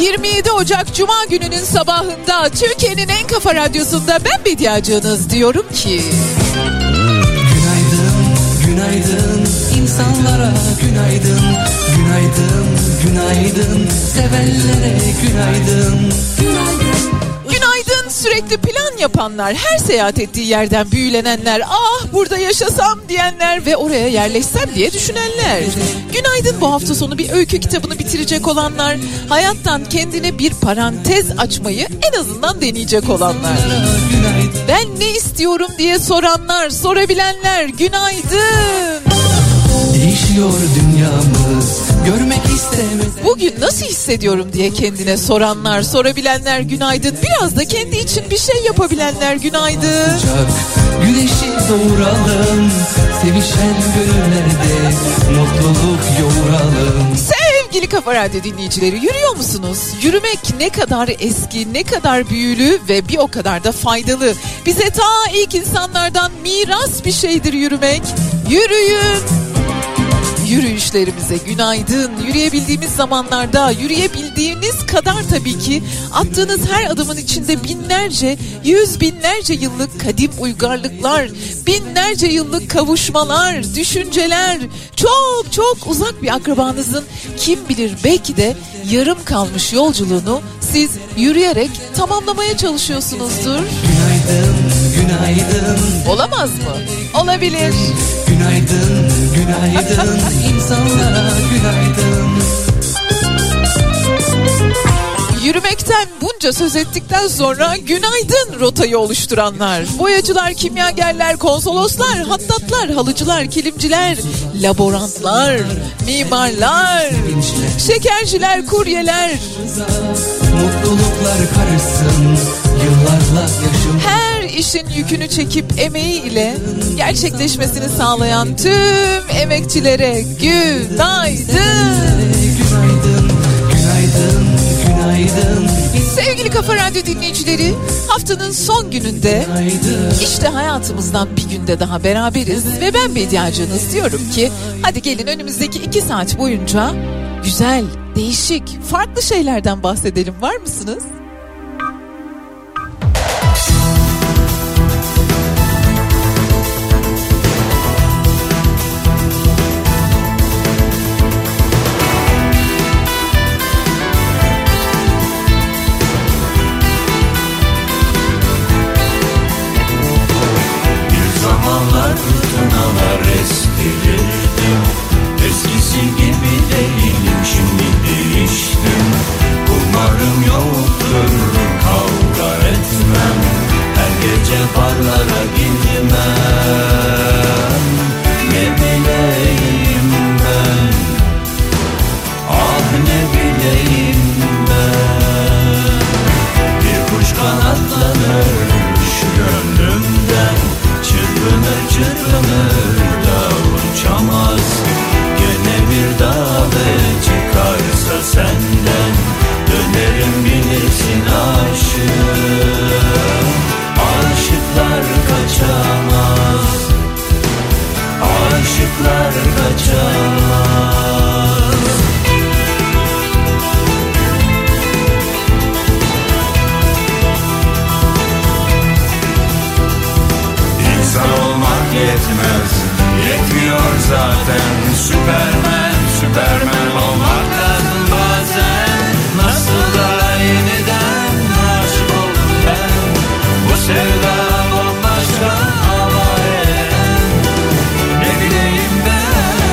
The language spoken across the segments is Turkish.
27 Ocak Cuma gününün sabahında Türkiye'nin en kafa radyosunda ben Bediacığınız diyorum ki günaydın, günaydın insanlara günaydın, günaydın, günaydın sevenlere günaydın, günaydın. Günaydın sürekli plan yapanlar, her seyahat ettiği yerden büyülenenler, ah burada yaşasam diyenler ve oraya yerleşsem diye düşünenler. Günaydın bu hafta sonu bir öykü kitabını bitirecek olanlar, hayattan kendine bir parantez açmayı en azından deneyecek olanlar. Ben ne istiyorum diye soranlar, sorabilenler, günaydın. Değişiyor dünyamız, görmek istemez. Bugün nasıl hissediyorum diye kendine soranlar, sorabilenler günaydın. Biraz da kendi için bir şey yapabilenler günaydın. Güneşi doğuralım, sevişen gönüllerde mutluluk yoğuralım. Sevgili Kafa Radyo dinleyicileri, yürüyor musunuz? Yürümek ne kadar eski, ne kadar büyülü ve bir o kadar da faydalı. Bize ta ilk insanlardan miras bir şeydir yürümek. Yürüyün. Yürüyüşlerimize günaydın. Yürüyebildiğimiz zamanlarda, yürüyebildiğiniz kadar tabii ki attığınız her adımın içinde binlerce, yüz binlerce yıllık kadim uygarlıklar, binlerce yıllık kavuşmalar, düşünceler, çok çok uzak bir akrabanızın kim bilir belki de yarım kalmış yolculuğunu siz yürüyerek tamamlamaya çalışıyorsunuzdur. Günaydın, günaydın. Olamaz mı? Olabilir. Günaydın, günaydın insanlara günaydın. Yürümekten bunca söz ettikten sonra günaydın rotayı oluşturanlar. Boyacılar, kimyagerler, konsoloslar, hattatlar, halıcılar, kilimciler, laborantlar, mimarlar, şekerciler, kuryeler. Mutluluklar karışsın yıllarla yaşım. Her işin yükünü çekip emeği ile gerçekleşmesini sağlayan tüm emekçilere günaydın. Günaydın, günaydın, günaydın. Sevgili Kafa Radyo dinleyicileri, haftanın son gününde işte hayatımızdan bir günde daha beraberiz ve ben Bediacığınız diyorum ki hadi gelin önümüzdeki 2 saat boyunca güzel, değişik, farklı şeylerden bahsedelim. Var mısınız? Fırtınalar eskilirdim. Eskisi gibi değilim, şimdi değiştim. Umarım yoktur, kavga etmem. Her gece barlara gitmem. Ne bileyim ben, ah ne bileyim ben. Bir kuş kanatlanır şu gönlümden, çırpınır çırpınır da uçamaz. Gene bir davet çıkarsa senden, dönerim bilirsin aşığım. Aşıklar kaçamaz, aşıklar kaçamaz. İnsan olmak yetmez, yetmiyor zaten. Süpermen, süpermen olmak lazım bazen. Nasıl da yeniden aşık oldum ben. Bu sevda bambaşka havaya, ne bileyim ben.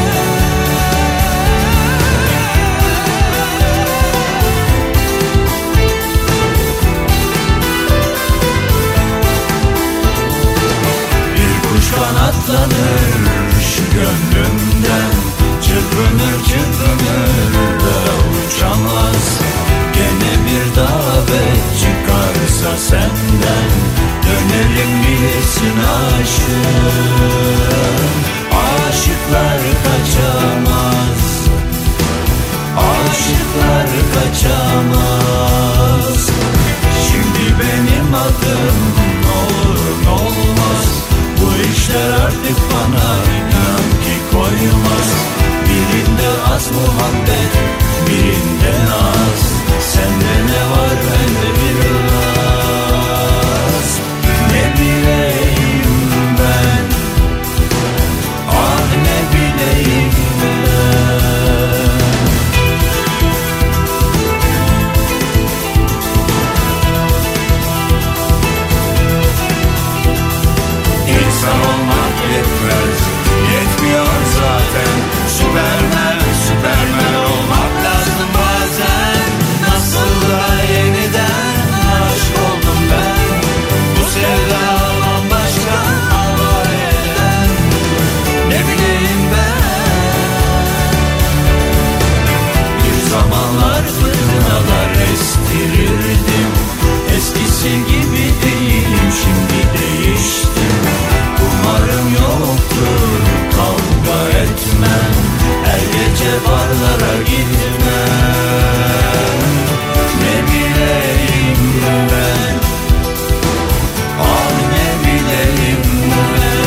Bir kuş kanatlanır şu gönlümden, çırpınır çırpınır da uçamaz. Gene bir davet çıkarsa senden, dönerim bilirsin aşığım. Aşıklar kaçamaz, aşıklar kaçamaz. Şimdi benim adım olur ne olmaz. Bu işler artık bana inan ki koymaz. Birinde az muhabbet, birinde naz. Sende ne var bende biraz. Ne bileyim ben, ah ne bileyim ben. İnsan olmak yetmez, yetmiyor zaten. Süpermen, süpermen olmak lazım bazen. Nasıl da yeniden aşık oldum ben. Bu sevda bambaşka havaleden. Ne bileyim ben. Bir zamanlar fırtınalar estirirdim. Eskisi gibi değilim, şimdi değiştim. Umarım yoktur, kavga etmem. Her gece barlara gitmem. Ne bileyim ben, ah ne bileyim ben.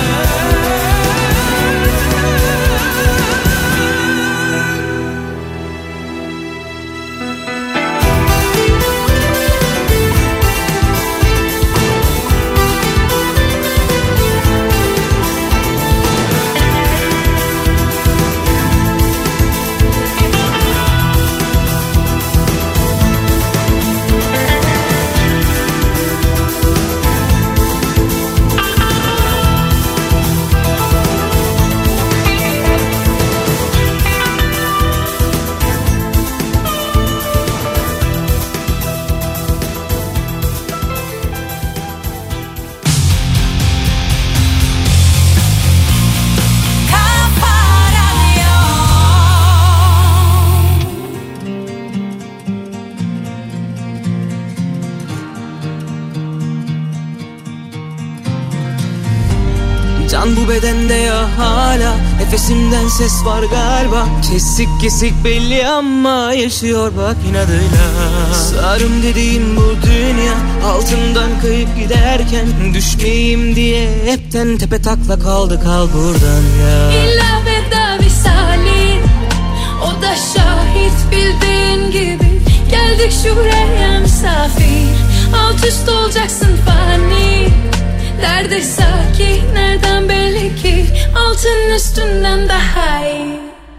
Can bu bedende ya hala, nefesimden ses var galiba. Kesik kesik belli ama yaşıyor bak inadıyla. Sarım dediğim bu dünya, altından kayıp giderken düşmeyeyim diye hepten tepe takla kaldı, kal buradan ya. İlla veda visali, o da şahit bildiğin gibi. Geldik şuraya misafir, alt üst olacaksın fani. Derde sakin, nereden belli ki altın üstünden daha iyi.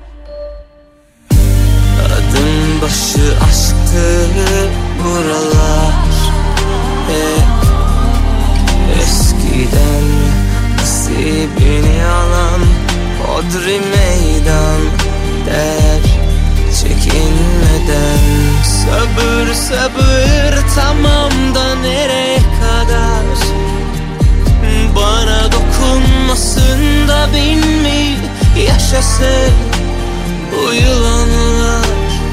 Adım başı aşktı buralar, eskiden nasibini alan hodri meydan der çekinmeden. Sabır sabır, tamam da nereye kadar? Bana dokunmasın da bin mi yaşasın bu yılanlar?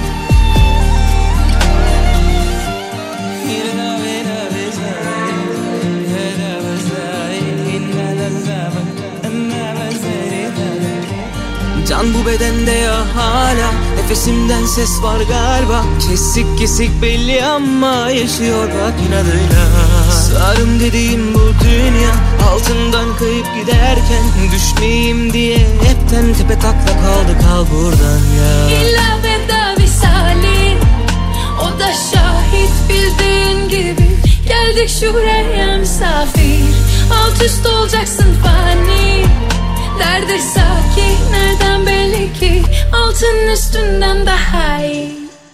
Can bu bedende ya hala, nefesimden ses var galiba. Kesik kesik belli ama yaşıyor bak inadıyla. Sarım dediğim bu dünya, altından kayıp giderken düşmeyeyim diye hepten tepe takla kaldı, kal buradan ya. İlla veda visali, o da şahit bildiğin gibi. Geldik şuraya misafir, alt üst olacaksın fani. Derde sakin, nereden belli ki altın üstünden daha iyi.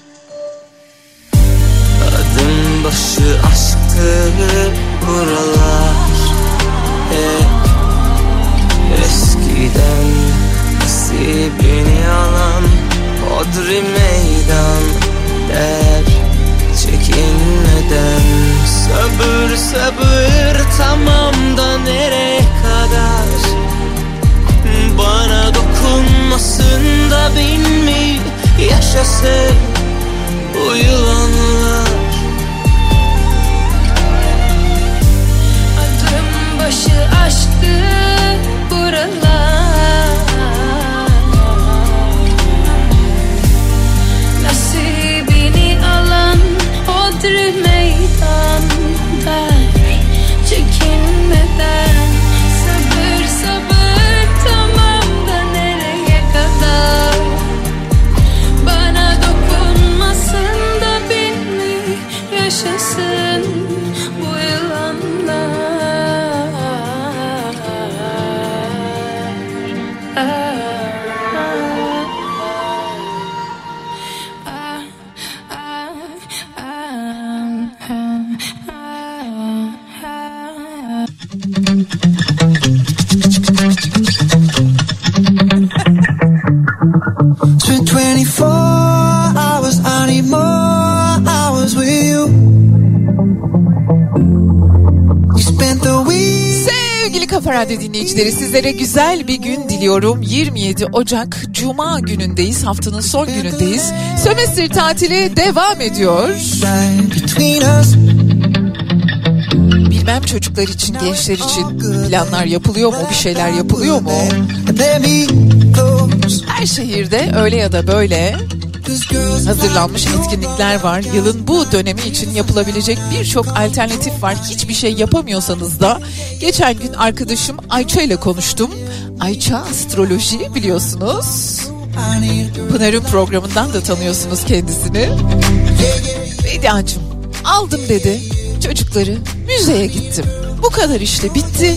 Adım başı aşktı buralar, eskiden nasibini alan hodri meydan der çekinmeden. Sabır sabır, tamam da nereye kadar? Bana dokunmasın da bin mi yaşasın bu yılanlar? Adım başı aşktı buralar, nasibini alan hodri meydan der çekinmeden. Kafa Radyo dinleyicileri, sizlere güzel bir gün diliyorum. 27 Ocak Cuma günündeyiz. Haftanın son günündeyiz. Sömestr tatili devam ediyor. Bilmem çocuklar için, gençler için planlar yapılıyor mu? Bir şeyler yapılıyor mu? Her şehirde öyle ya da böyle hazırlanmış etkinlikler var. Yılın bu dönemi için yapılabilecek birçok alternatif var. Hiçbir şey yapamıyorsanız da geçen gün arkadaşım Ayça ile konuştum. Ayça astroloji biliyorsunuz. Pınar'ın programından da tanıyorsunuz kendisini. Vedacığım aldım dedi çocukları, müzeye gittim. Bu kadar işte, bitti.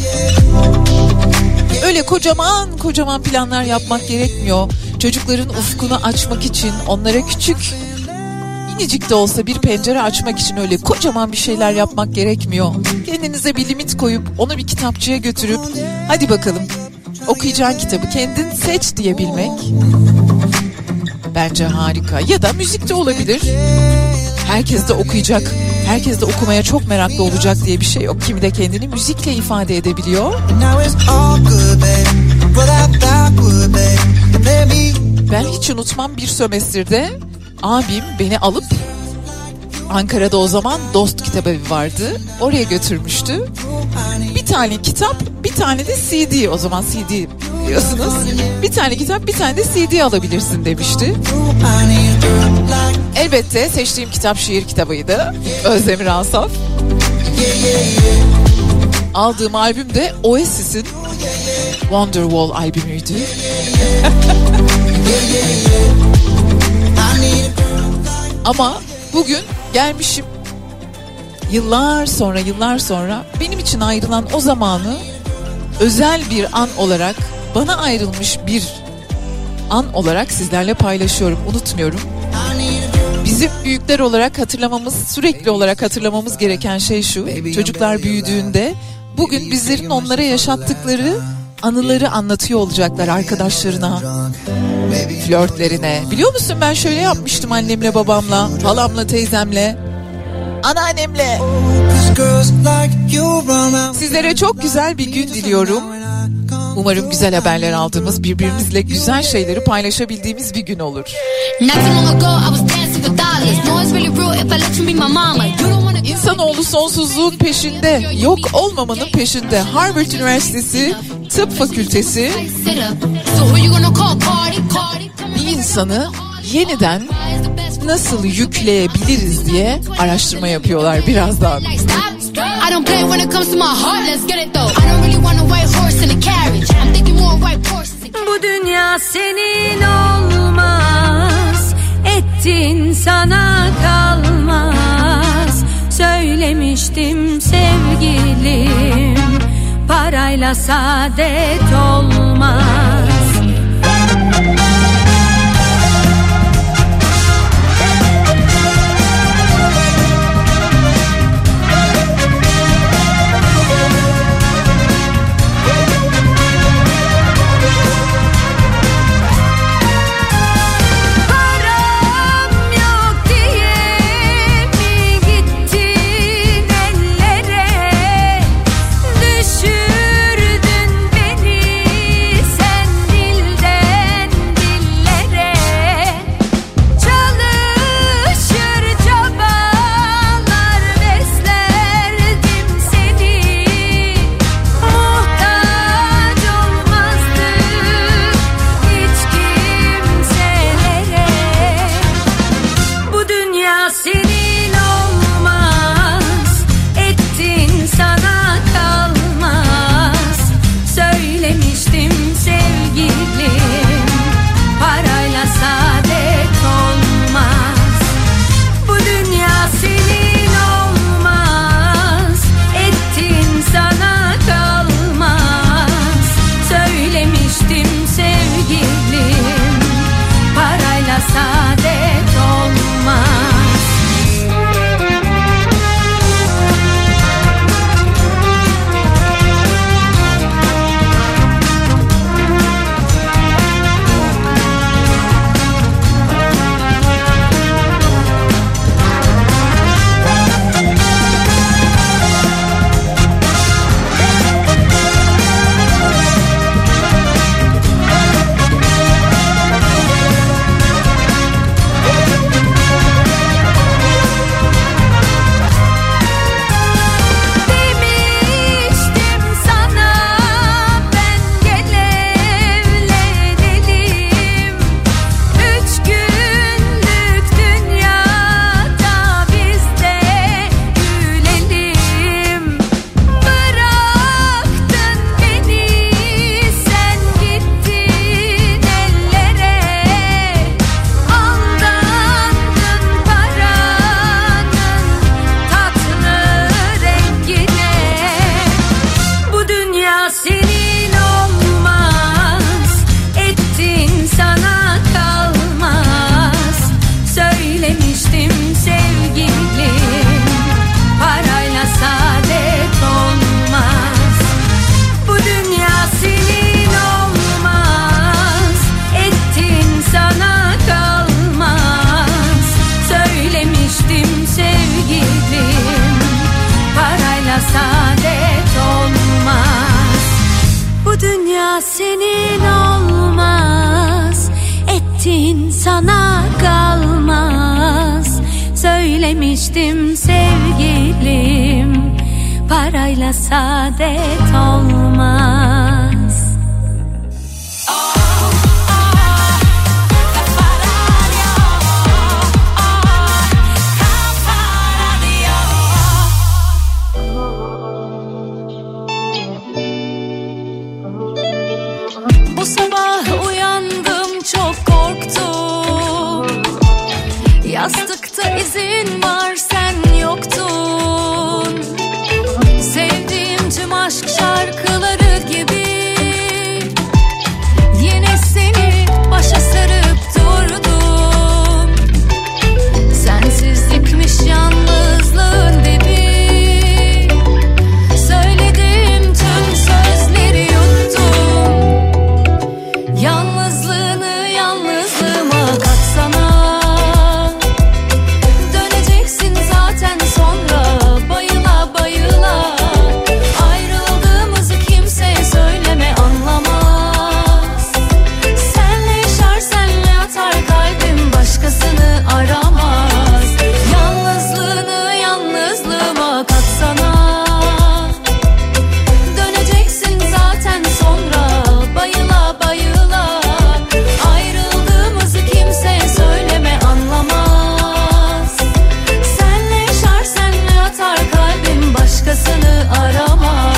Öyle kocaman planlar yapmak gerekmiyor. Çocukların ufkunu açmak için, onlara küçük, minicik de olsa bir pencere açmak için öyle kocaman bir şeyler yapmak gerekmiyor. Kendinize bir limit koyup onu bir kitapçıya götürüp hadi bakalım okuyacağın kitabı kendin seç diyebilmek bence harika. Ya da müzik de olabilir. Herkes de okuyacak, herkes de okumaya çok meraklı olacak diye bir şey yok. Kimi de kendini müzikle ifade edebiliyor. Ben hiç unutmam, bir sömestrde abim beni alıp Ankara'da o zaman Dost Kitabevi vardı. Oraya götürmüştü. Bir tane kitap, bir tane de CD. O zaman CD biliyorsunuz. Bir tane kitap, bir tane de CD alabilirsin demişti. Elbette seçtiğim kitap şiir kitabıydı. Özdemir Asaf. Aldığım albüm de Oasis'in Wonderwall albümüydü. Ama bugün gelmişim, yıllar sonra benim için ayrılan o zamanı özel bir an olarak, bana ayrılmış bir an olarak sizlerle paylaşıyorum, unutmuyorum. Bizim büyükler olarak hatırlamamız, sürekli olarak hatırlamamız gereken şey şu: çocuklar büyüdüğünde bugün bizlerin onlara yaşattıkları anıları anlatıyor olacaklar arkadaşlarına, flörtlerine. Biliyor musun, ben şöyle yapmıştım annemle, babamla, halamla, teyzemle, anneannemle. Sizlere çok güzel bir gün diliyorum. Umarım güzel haberler aldığımız, birbirimizle güzel şeyleri paylaşabildiğimiz bir gün olur. İnsanoğlu sonsuzluğun peşinde, yok olmamanın peşinde. Harvard Üniversitesi Tıp Fakültesi bir insanı yeniden nasıl yükleyebiliriz diye araştırma yapıyorlar birazdan. Bu dünya senin olmaz, ettin sana kalmaz. Söylemiştim sevgilim, parayla saadet olmaz. Düşürdün beni dünya senin olmaz, ettin sana kalmaz. Söylemiştim sevgilim, parayla saadet olmaz. Bu sabah uyandım çok korktum. Yastıkta izin var sen yoktun. Sevdiğim tüm aşk şarkıları gibi yine seni başa sarıp durdum. Sensizlikmiş yalnızlığın dibi. Söylediğim tüm sözleri yuttum. Yalnızlığını yalnızlığıma katsana. Döneceksin zaten sonra bayıla bayıla. Ayrıldığımızı kimseye söyleme anlamaz. Senle yaşar senle atar kalbim başkasını aramaz. Yalnızlığını yalnızlığıma katsana. Döneceksin zaten sonra bayıla bayıla. Ayrıldığımızı kimseye söyleme anlamaz. Senle yaşar senle atar kalbim başkasını aramaz.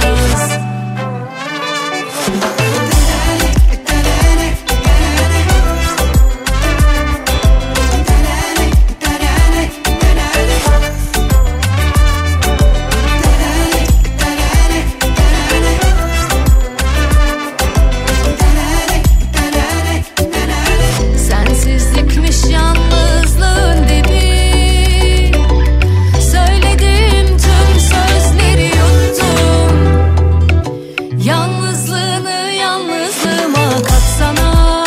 Sensizlikmiş yalnızlığın dibi. Söylediğim tüm sözleri yuttum. Yalnızlığını yalnızlığıma katsana.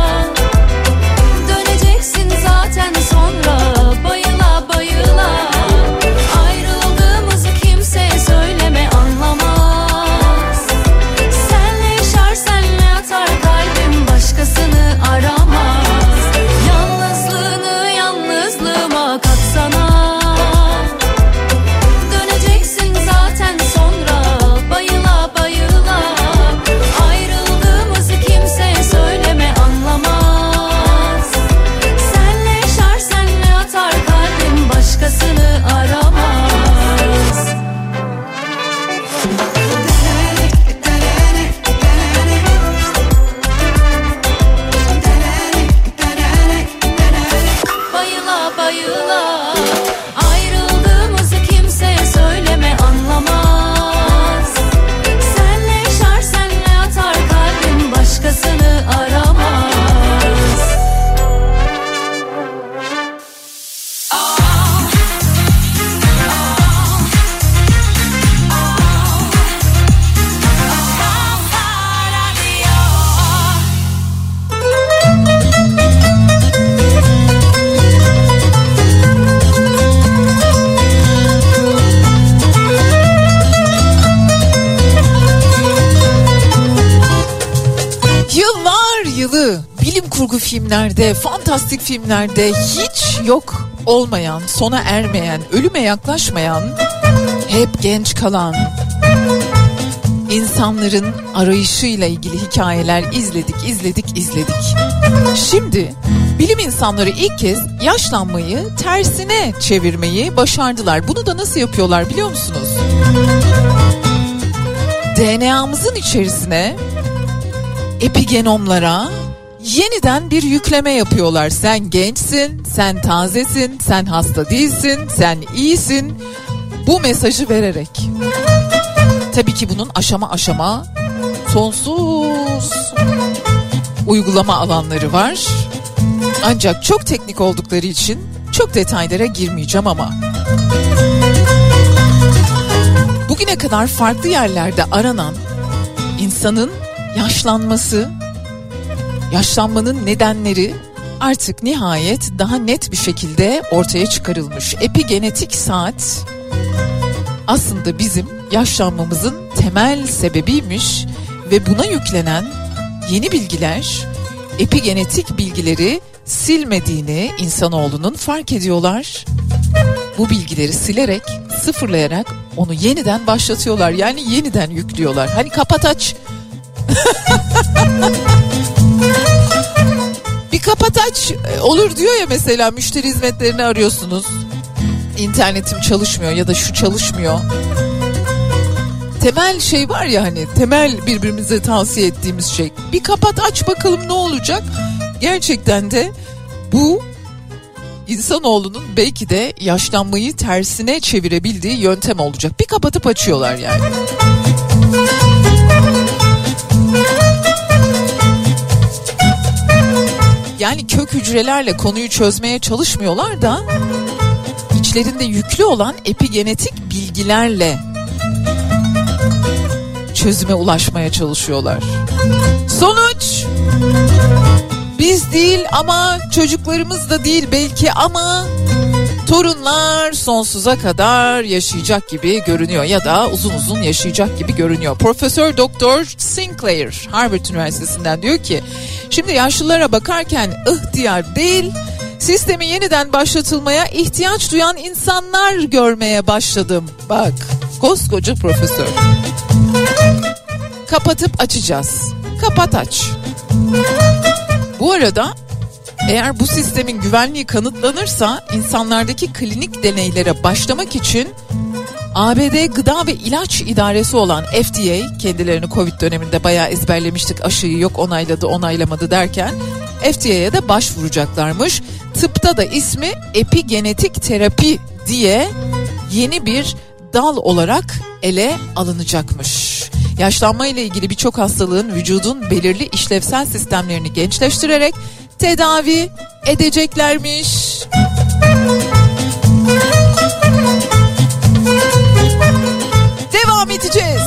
Döneceksin zaten sonra bayıla bayıla. Ayrıldığımızı kimseye söyleme anlamaz. Senle yaşar senle atar kalbim başkasını aramaz. Yalnızlığını yalnızlığıma katsana. Döneceksin zaten sonra bayıla bayıla. Ayrıldığımızı kimseye söyleme anlamaz. Senle yaşar senle atar kalbim başkasını aramaz. Bayıla bayıla. Ayrıldığımızı kimseye söyleme anlamaz. Senle yaşar senle atar kalbim başkasını aramaz. Yıllar yılı bilim kurgu filmlerde, fantastik filmlerde hiç yok olmayan, sona ermeyen, ölüme yaklaşmayan, hep genç kalan insanların arayışıyla ilgili hikayeler izledik. Şimdi bilim insanları ilk kez yaşlanmayı tersine çevirmeyi başardılar. Bunu da nasıl yapıyorlar biliyor musunuz? DNA'mızın içerisine, epigenomlara yeniden bir yükleme yapıyorlar. Sen gençsin, sen tazesin, sen hasta değilsin, sen iyisin. Bu mesajı vererek. Tabii ki bunun aşama aşama sonsuz uygulama alanları var. Ancak çok teknik oldukları için çok detaylara girmeyeceğim ama. Bugüne kadar farklı yerlerde aranan insanın yaşlanması, yaşlanmanın nedenleri artık nihayet daha net bir şekilde ortaya çıkarılmış. Epigenetik saat aslında bizim yaşlanmamızın temel sebebiymiş Ve buna yüklenen yeni bilgiler epigenetik bilgileri silmediğini insanoğlunun fark ediyorlar. Bu bilgileri silerek, sıfırlayarak onu yeniden başlatıyorlar. Yani yeniden yüklüyorlar. Hani kapat aç. Bir kapat aç olur diyor ya, mesela müşteri hizmetlerini arıyorsunuz. İnternetim çalışmıyor ya da şu çalışmıyor. Temel şey var ya, hani temel birbirimize tavsiye ettiğimiz şey. Bir kapat aç bakalım ne olacak? Gerçekten de bu insanoğlunun belki de yaşlanmayı tersine çevirebildiği yöntem olacak. Bir kapatıp açıyorlar yani. Yani kök hücrelerle konuyu çözmeye çalışmıyorlar da içlerinde yüklü olan epigenetik bilgilerle çözüme ulaşmaya çalışıyorlar. Sonuç, biz değil ama çocuklarımız da değil belki ama torunlar sonsuza kadar yaşayacak gibi görünüyor ya da uzun uzun yaşayacak gibi görünüyor. Profesör Doktor Sinclair Harvard Üniversitesi'nden diyor ki, şimdi yaşlılara bakarken ihtiyar değil, sistemi yeniden başlatılmaya ihtiyaç duyan insanlar görmeye başladım. Bak, koskoca profesör. Kapatıp açacağız. Kapat aç. Bu arada eğer bu sistemin güvenliği kanıtlanırsa insanlardaki klinik deneylere başlamak için ABD Gıda ve İlaç İdaresi olan FDA, kendilerini Covid döneminde bayağı ezberlemiştik, aşıyı yok onayladı onaylamadı derken FDA'ye de başvuracaklarmış. Tıpta da ismi epigenetik terapi diye yeni bir dal olarak ele alınacakmış. Yaşlanma ile ilgili birçok hastalığın vücudun belirli işlevsel sistemlerini gençleştirerek tedavi edeceklermiş. Devam edeceğiz.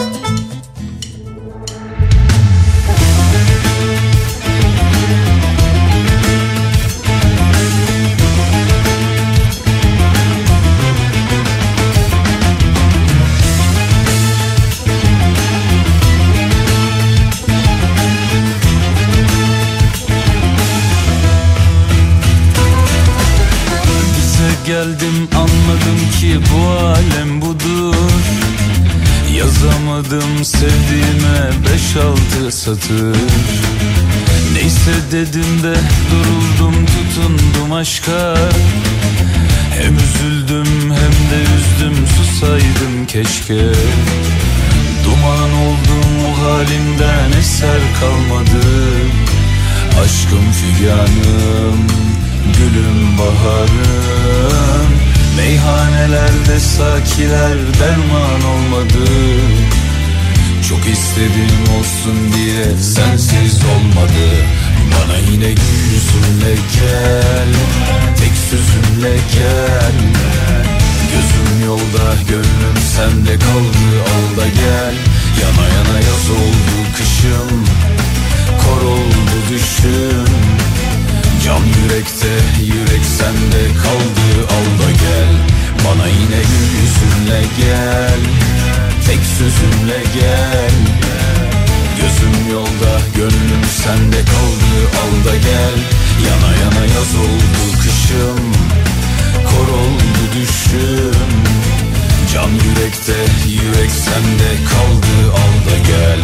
Geldim anladım ki bu alem budur. Yazamadım sevdiğime 5-6 satır. Neyse dedim de duruldum, tutundum aşka. Hem üzüldüm hem de üzdüm, susaydım keşke. Duman oldum o halimden, eser kalmadı. Aşkım figanım, gülüm baharım. Meyhanelerde sakiler derman olmadı. Çok istedim olsun diye sensiz olmadı. Bana yine gül yüzünle gel, tek sözünle gel. Gözüm yolda, gönlüm sende kaldı, al da gel. Yana yana yaz oldu kışım, kor oldu düşüm. Can yürekte, yürek sende kaldı, al da gel. Bana yine gül yüzünle gel, tek sözünle gel. Gözüm yolda, gönlüm sende kaldı, al da gel. Yana yana yaz oldu kışım, kor oldu düşüm. Can yürekte, yürek sende kaldı, al da gel.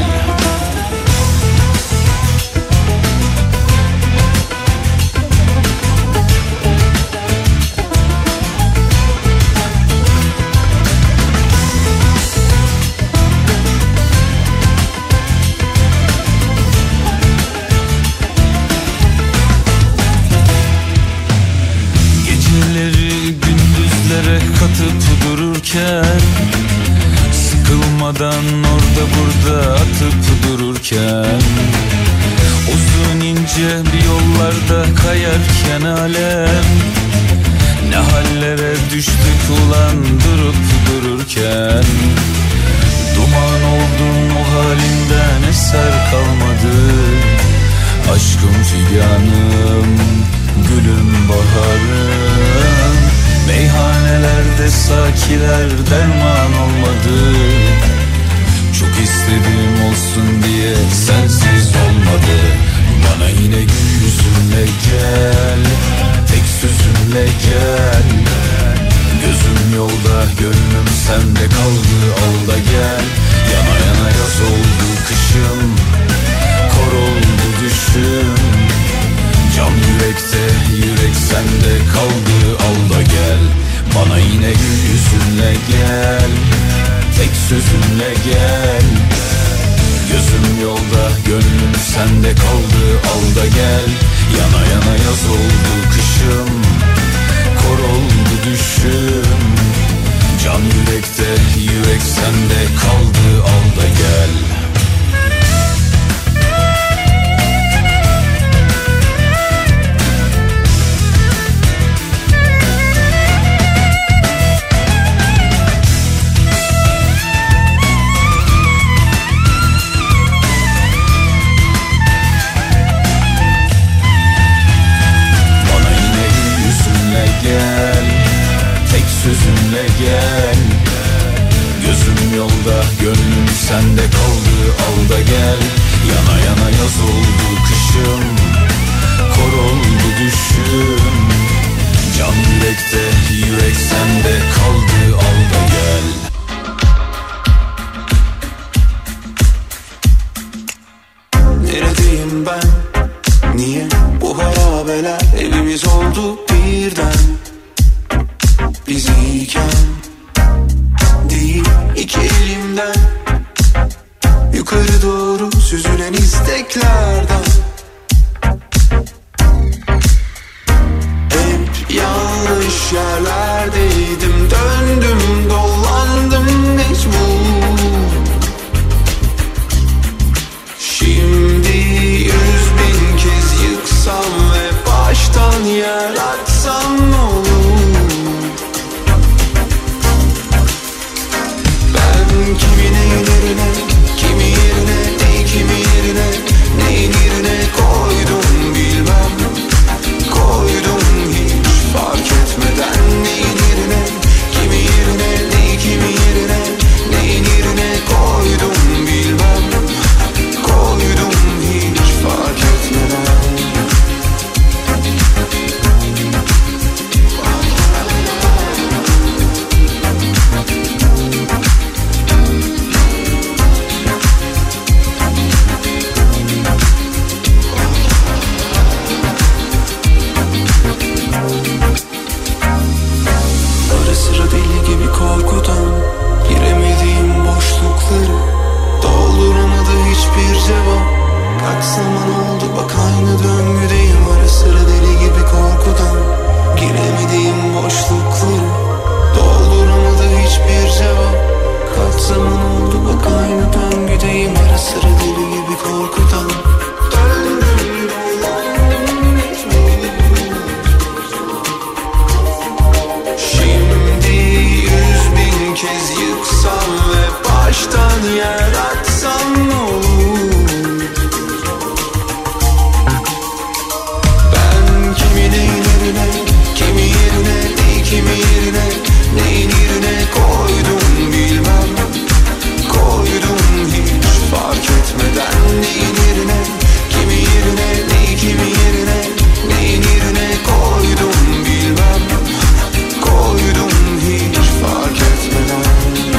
Katıp dururken, sıkılmadan orada burada atıp dururken, uzun ince bir yollarda kayarken alem, ne hallere düştük ulan durup dururken. Duman oldun o halinden, eser kalmadı. Aşkım figanım, gülüm baharım. Meyhanelerde sakiler derman olmadı. Çok istedim olsun diye sensiz olmadı. Bana yine gül yüzünle gel, tek sözünle gel. Gözüm yolda, gönlüm sende kaldı, al da gel. Yana yana yaz oldu kışım, kor oldu düşüm. Can yürekte, yürek sende kaldı, al da gel. Bana yine gül yüzünle gel, tek sözünle gel. Gözüm yolda, gönlüm sende kaldı, al da gel. Yana yana yaz oldu kışım, kor oldu düşüm. Can yürekte, yürek sende kaldı, al da gel. Gel, tek sözünle gel. Gözüm yolda, gönlüm sende kaldı, al da gel. Yana yana yaz oldu kışım, kor oldu düşüm. Can yürekte, yürek sende kaldı, al da gel. Neredeyim ben? Niye bu harabeler evimiz oldu birden? Biz iyiken değil iki elimden yukarı doğru süzülen isteklerden. Hep yanlış yerlerdeydim, döndüm dolandım mecbur. Şimdi 100.000 kez yıksam ve baştan yaratsam ne olur? Kimin ellerine, kimi yerine, neyi kimi yerine, neyin yerine koydum bilmem. Koydum hiç fark etmeden neyin yerine, kimi yerine, neyi kimi yerine, neyin yerine koydum bilmem. Koydum hiç fark etmeden. Korkudan giremediğim boşlukları dolduramadı hiçbir cevap. Kaç zaman oldu bak aynı döngüdeyim. Ara sıra deli gibi korkudan giremediğim boşlukları dolduramadı hiçbir cevap. Kaç zaman oldu bak aynı döngüdeyim. Ara sıra deli gibi korkudan döndüm dolandım hiçbir. Kez yıksam ve baştan yaratsam ne olur? Ben kimin ellerine, kimi yerine, neyi kimi yerine, neyin yerine koydum bilmem. Koydum hiç fark etmeden neyin yerine, kimi yerine, neyi kimi yerine, neyin yerine koydum bilmem. Koydum hiç fark etmeden.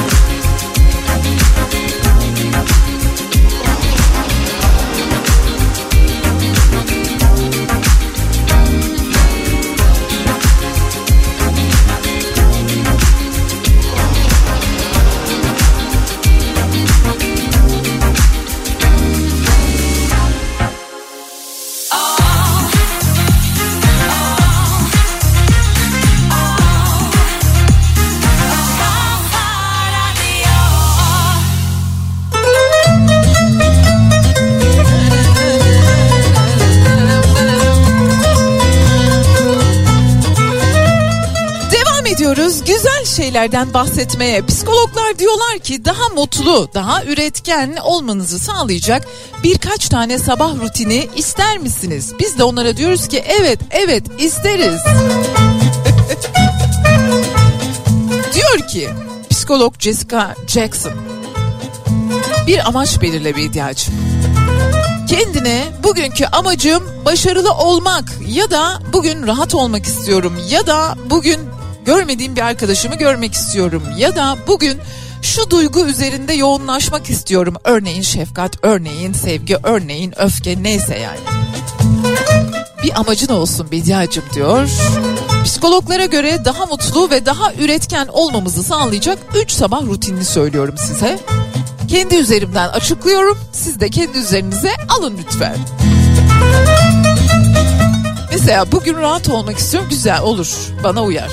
Güzel şeylerden bahsetmeye. Psikologlar diyorlar ki daha mutlu, daha üretken olmanızı sağlayacak birkaç tane sabah rutini ister misiniz? Biz de onlara diyoruz ki evet isteriz. Diyor ki psikolog Jessica Jackson, Bir amaç belirle Bediacığım. Kendine bugünkü amacım başarılı olmak ya da bugün rahat olmak istiyorum ya da bugün görmediğim bir arkadaşımı görmek istiyorum ya da bugün şu duygu üzerinde yoğunlaşmak istiyorum. Örneğin şefkat, örneğin sevgi, örneğin öfke, neyse yani. Bir amacın olsun Bediacığım diyor. Psikologlara göre daha mutlu ve daha üretken olmamızı sağlayacak 3 sabah rutinini söylüyorum size. Kendi üzerimden açıklıyorum. Siz de kendi üzerinize alın lütfen. Mesela bugün rahat olmak istiyorum. Güzel olur. Bana uyar.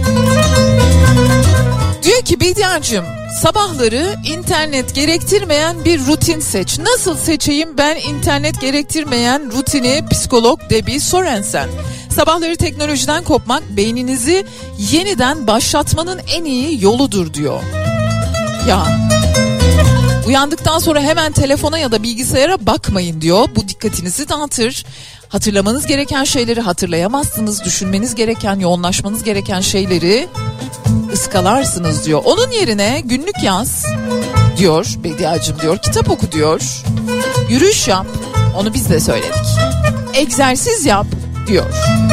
Diyor ki Bediacığım, sabahları internet gerektirmeyen bir rutin seç. Nasıl seçeyim ben internet gerektirmeyen rutini? Psikolog Debbie Sorensen. Sabahları teknolojiden kopmak beyninizi yeniden başlatmanın en iyi yoludur diyor. Ya uyandıktan sonra hemen telefona ya da bilgisayara bakmayın diyor. Bu dikkatinizi dağıtır. Hatırlamanız gereken şeyleri hatırlayamazsınız. Düşünmeniz gereken, yoğunlaşmanız gereken şeyleri ıskalarsınız diyor. Onun yerine günlük yaz diyor Bediacığım diyor. Kitap oku diyor. Yürüyüş yap. Onu biz de söyledik. Egzersiz yap diyor.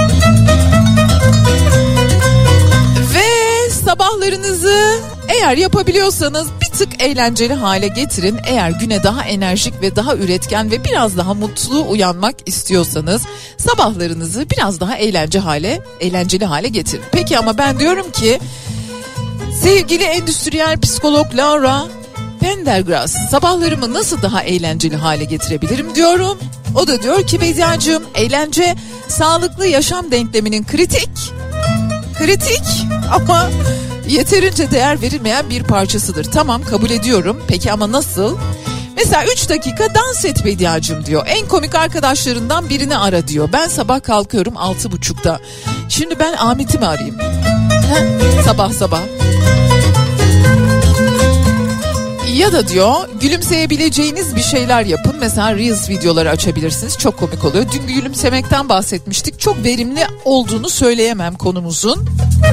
Ve sabahlarınızı eğer yapabiliyorsanız bir tık eğlenceli hale getirin. Eğer güne daha enerjik ve daha üretken ve biraz daha mutlu uyanmak istiyorsanız sabahlarınızı biraz daha eğlenceli hale getirin. Peki ama ben diyorum ki sevgili endüstriyel psikolog Laura Pendergrass, sabahlarımı nasıl daha eğlenceli hale getirebilirim diyorum. O da diyor ki Bediacığım, eğlence sağlıklı yaşam denkleminin kritik ama yeterince değer verilmeyen bir parçasıdır. Tamam, kabul ediyorum. Peki ama nasıl? Mesela 3 dakika dans et Bediacığım diyor. En komik arkadaşlarından birini ara diyor. Ben sabah kalkıyorum 6.30'da. Şimdi ben Ahmet'i mi arayayım? Sabah. Ya da diyor gülümseyebileceğiniz bir şeyler yapın. Mesela Reels videoları açabilirsiniz. Çok komik oluyor. Dün gülümsemekten bahsetmiştik. Çok verimli olduğunu söyleyemem konumuzun.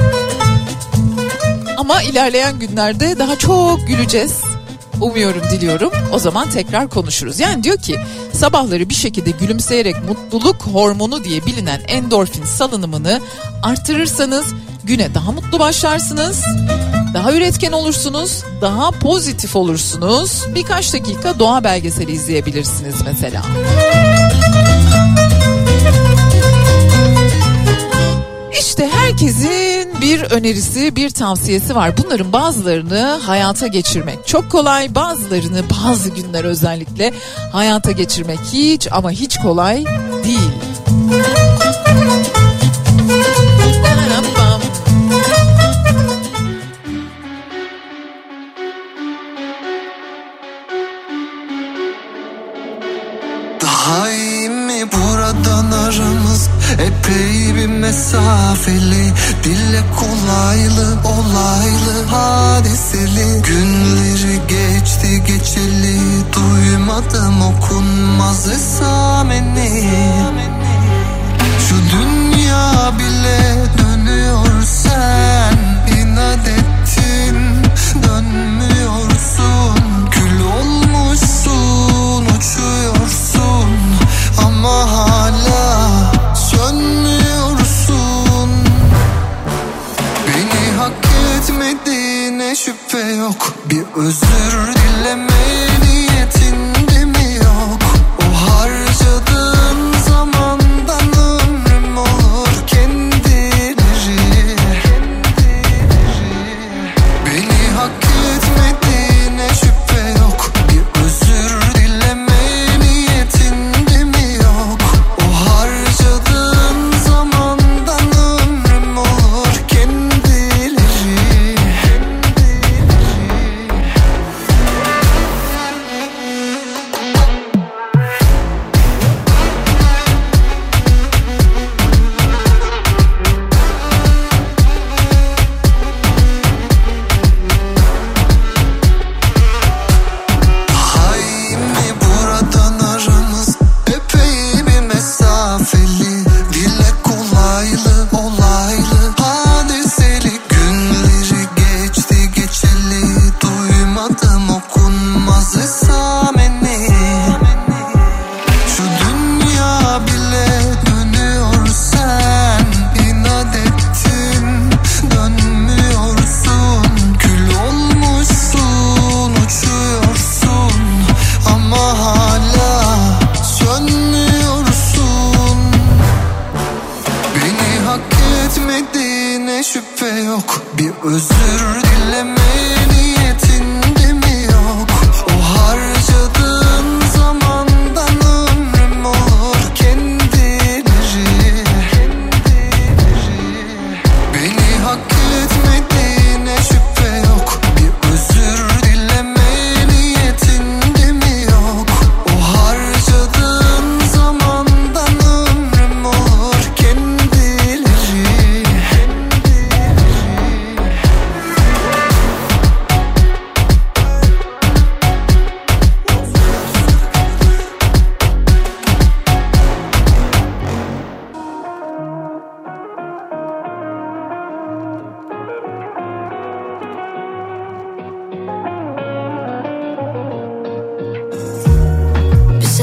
Ama ilerleyen günlerde daha çok güleceğiz. Umuyorum, diliyorum. O zaman tekrar konuşuruz. Yani diyor ki sabahları bir şekilde gülümseyerek mutluluk hormonu diye bilinen endorfin salınımını artırırsanız güne daha mutlu başlarsınız. Daha üretken olursunuz, daha pozitif olursunuz. Birkaç dakika doğa belgeseli izleyebilirsiniz mesela. İşte herkesin bir önerisi, bir tavsiyesi var. Bunların bazılarını hayata geçirmek çok kolay, bazılarını bazı günler özellikle hayata geçirmek hiç ama hiç kolay değil. Daha iyi mi buradan aramız epey bir mesafeli, dille kolaylı olaylı hadiseli, günleri geçti geçeli, duymadım okunmaz esameni. Şu dünya bile dönüyor, sen inat ettin dönmüyorsun, kül olmuşsun uçuyorsun ama hala sönmüyorsun. Beni hak etmediğine şüphe yok, bir özür dileme niyetinde mi yok? O harcadığın zamandan ömrüm olur kendileri. Beni hak etmediğine şüphe yok, bir özür dileme niyetinde mi yok? O harcadığın zamandan ömrüm olur kendileri.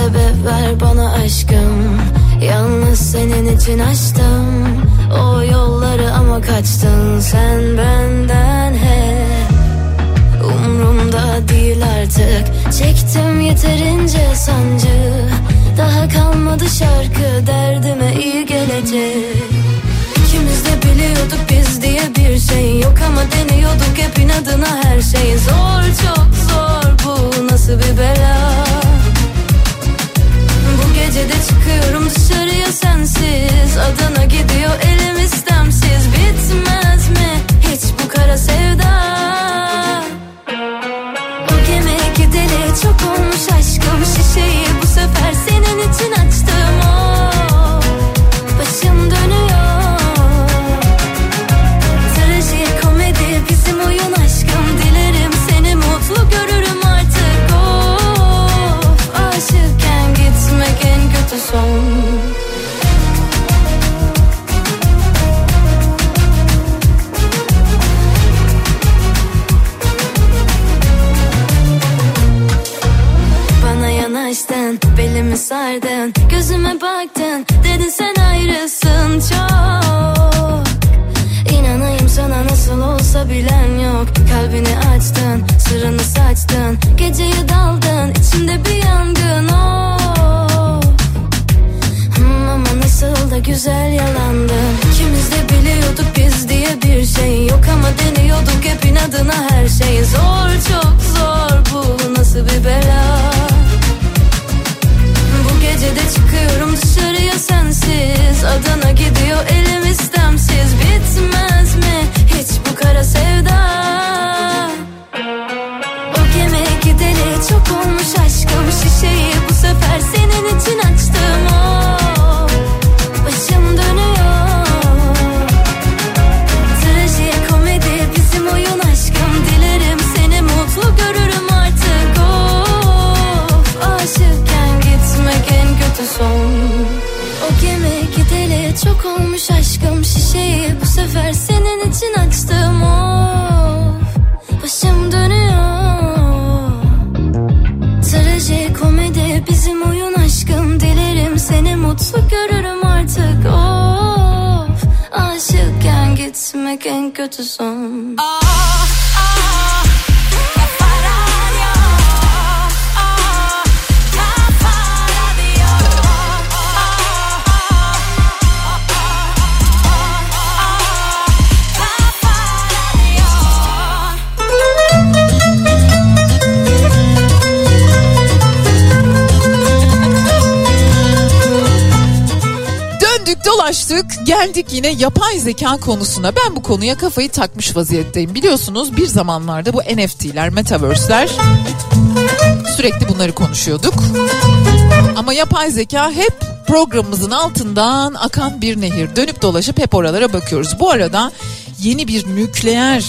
sebep ver bana aşkım. Yalnız senin için açtım o yolları ama kaçtın sen benden hep. Umrumda değil artık, çektim yeterince sancı. Daha kalmadı şarkı derdime iyi gelecek. İkimiz de biliyorduk biz diye bir şey yok ama deniyorduk hep inadına her şey. Zor, çok zor, bu nasıl bir bela. Bu gece de çıkıyorum dışarıya sensiz, Adana gidiyor elim istemsiz. Bitmez mi hiç bu kara sevda? O gemi gideli çok olmuş aşkım, şişeyi bu sefer senin için açtım. Oh, başım dönüyor. Trajikomedi bizim oyun aşkım, dilerim seni mutlu görürüm artık. Of, aşıkken gitmek en kötü son. Bana yanaştın, belimi sardın, gözüme baktın, dedin sen ayrısın çok. İnanayım sana nasıl olsa bilen yok. Kalbini açtın, sırrını saçtın, geceye daldın, içimde bir yangın. Oh. Ama nasıl da güzel yalandın. İkimiz de biliyorduk biz diye bir şey yok ama deniyorduk hep inadına her şey. Zor, çok zor, bu nasıl bir bela. Bu gece de çıkıyorum dışarıya sensiz, Adana gidiyor elim istemsiz. Bitmez mi hiç bu kara sevda? O gemi gideli çok olmuş aşkım, şişeyi bu sefer senin için açtım. Oh, başım dönüyor. Trajikomedi bizim oyun aşkım, dilerim seni mutlu görürüm artık. Of, aşıkken gitmek en kötü son. O gemi gideli çok olmuş aşkım, şişeyi bu sefer senin için açtım. Of, başım dönüyor. Trajikomedi bizim oyun aşkım, dilerim seni mutlu görürüm artık. Of, aşıkken gitmek en kötü son. Dolaştık, geldik yine yapay zeka konusuna. Ben bu konuya kafayı takmış vaziyetteyim. Biliyorsunuz bir zamanlarda bu NFT'ler, metaverse'ler, sürekli bunları konuşuyorduk. Ama yapay zeka hep programımızın altından akan bir nehir. Dönüp dolaşıp hep oralara bakıyoruz. Bu arada yeni bir nükleer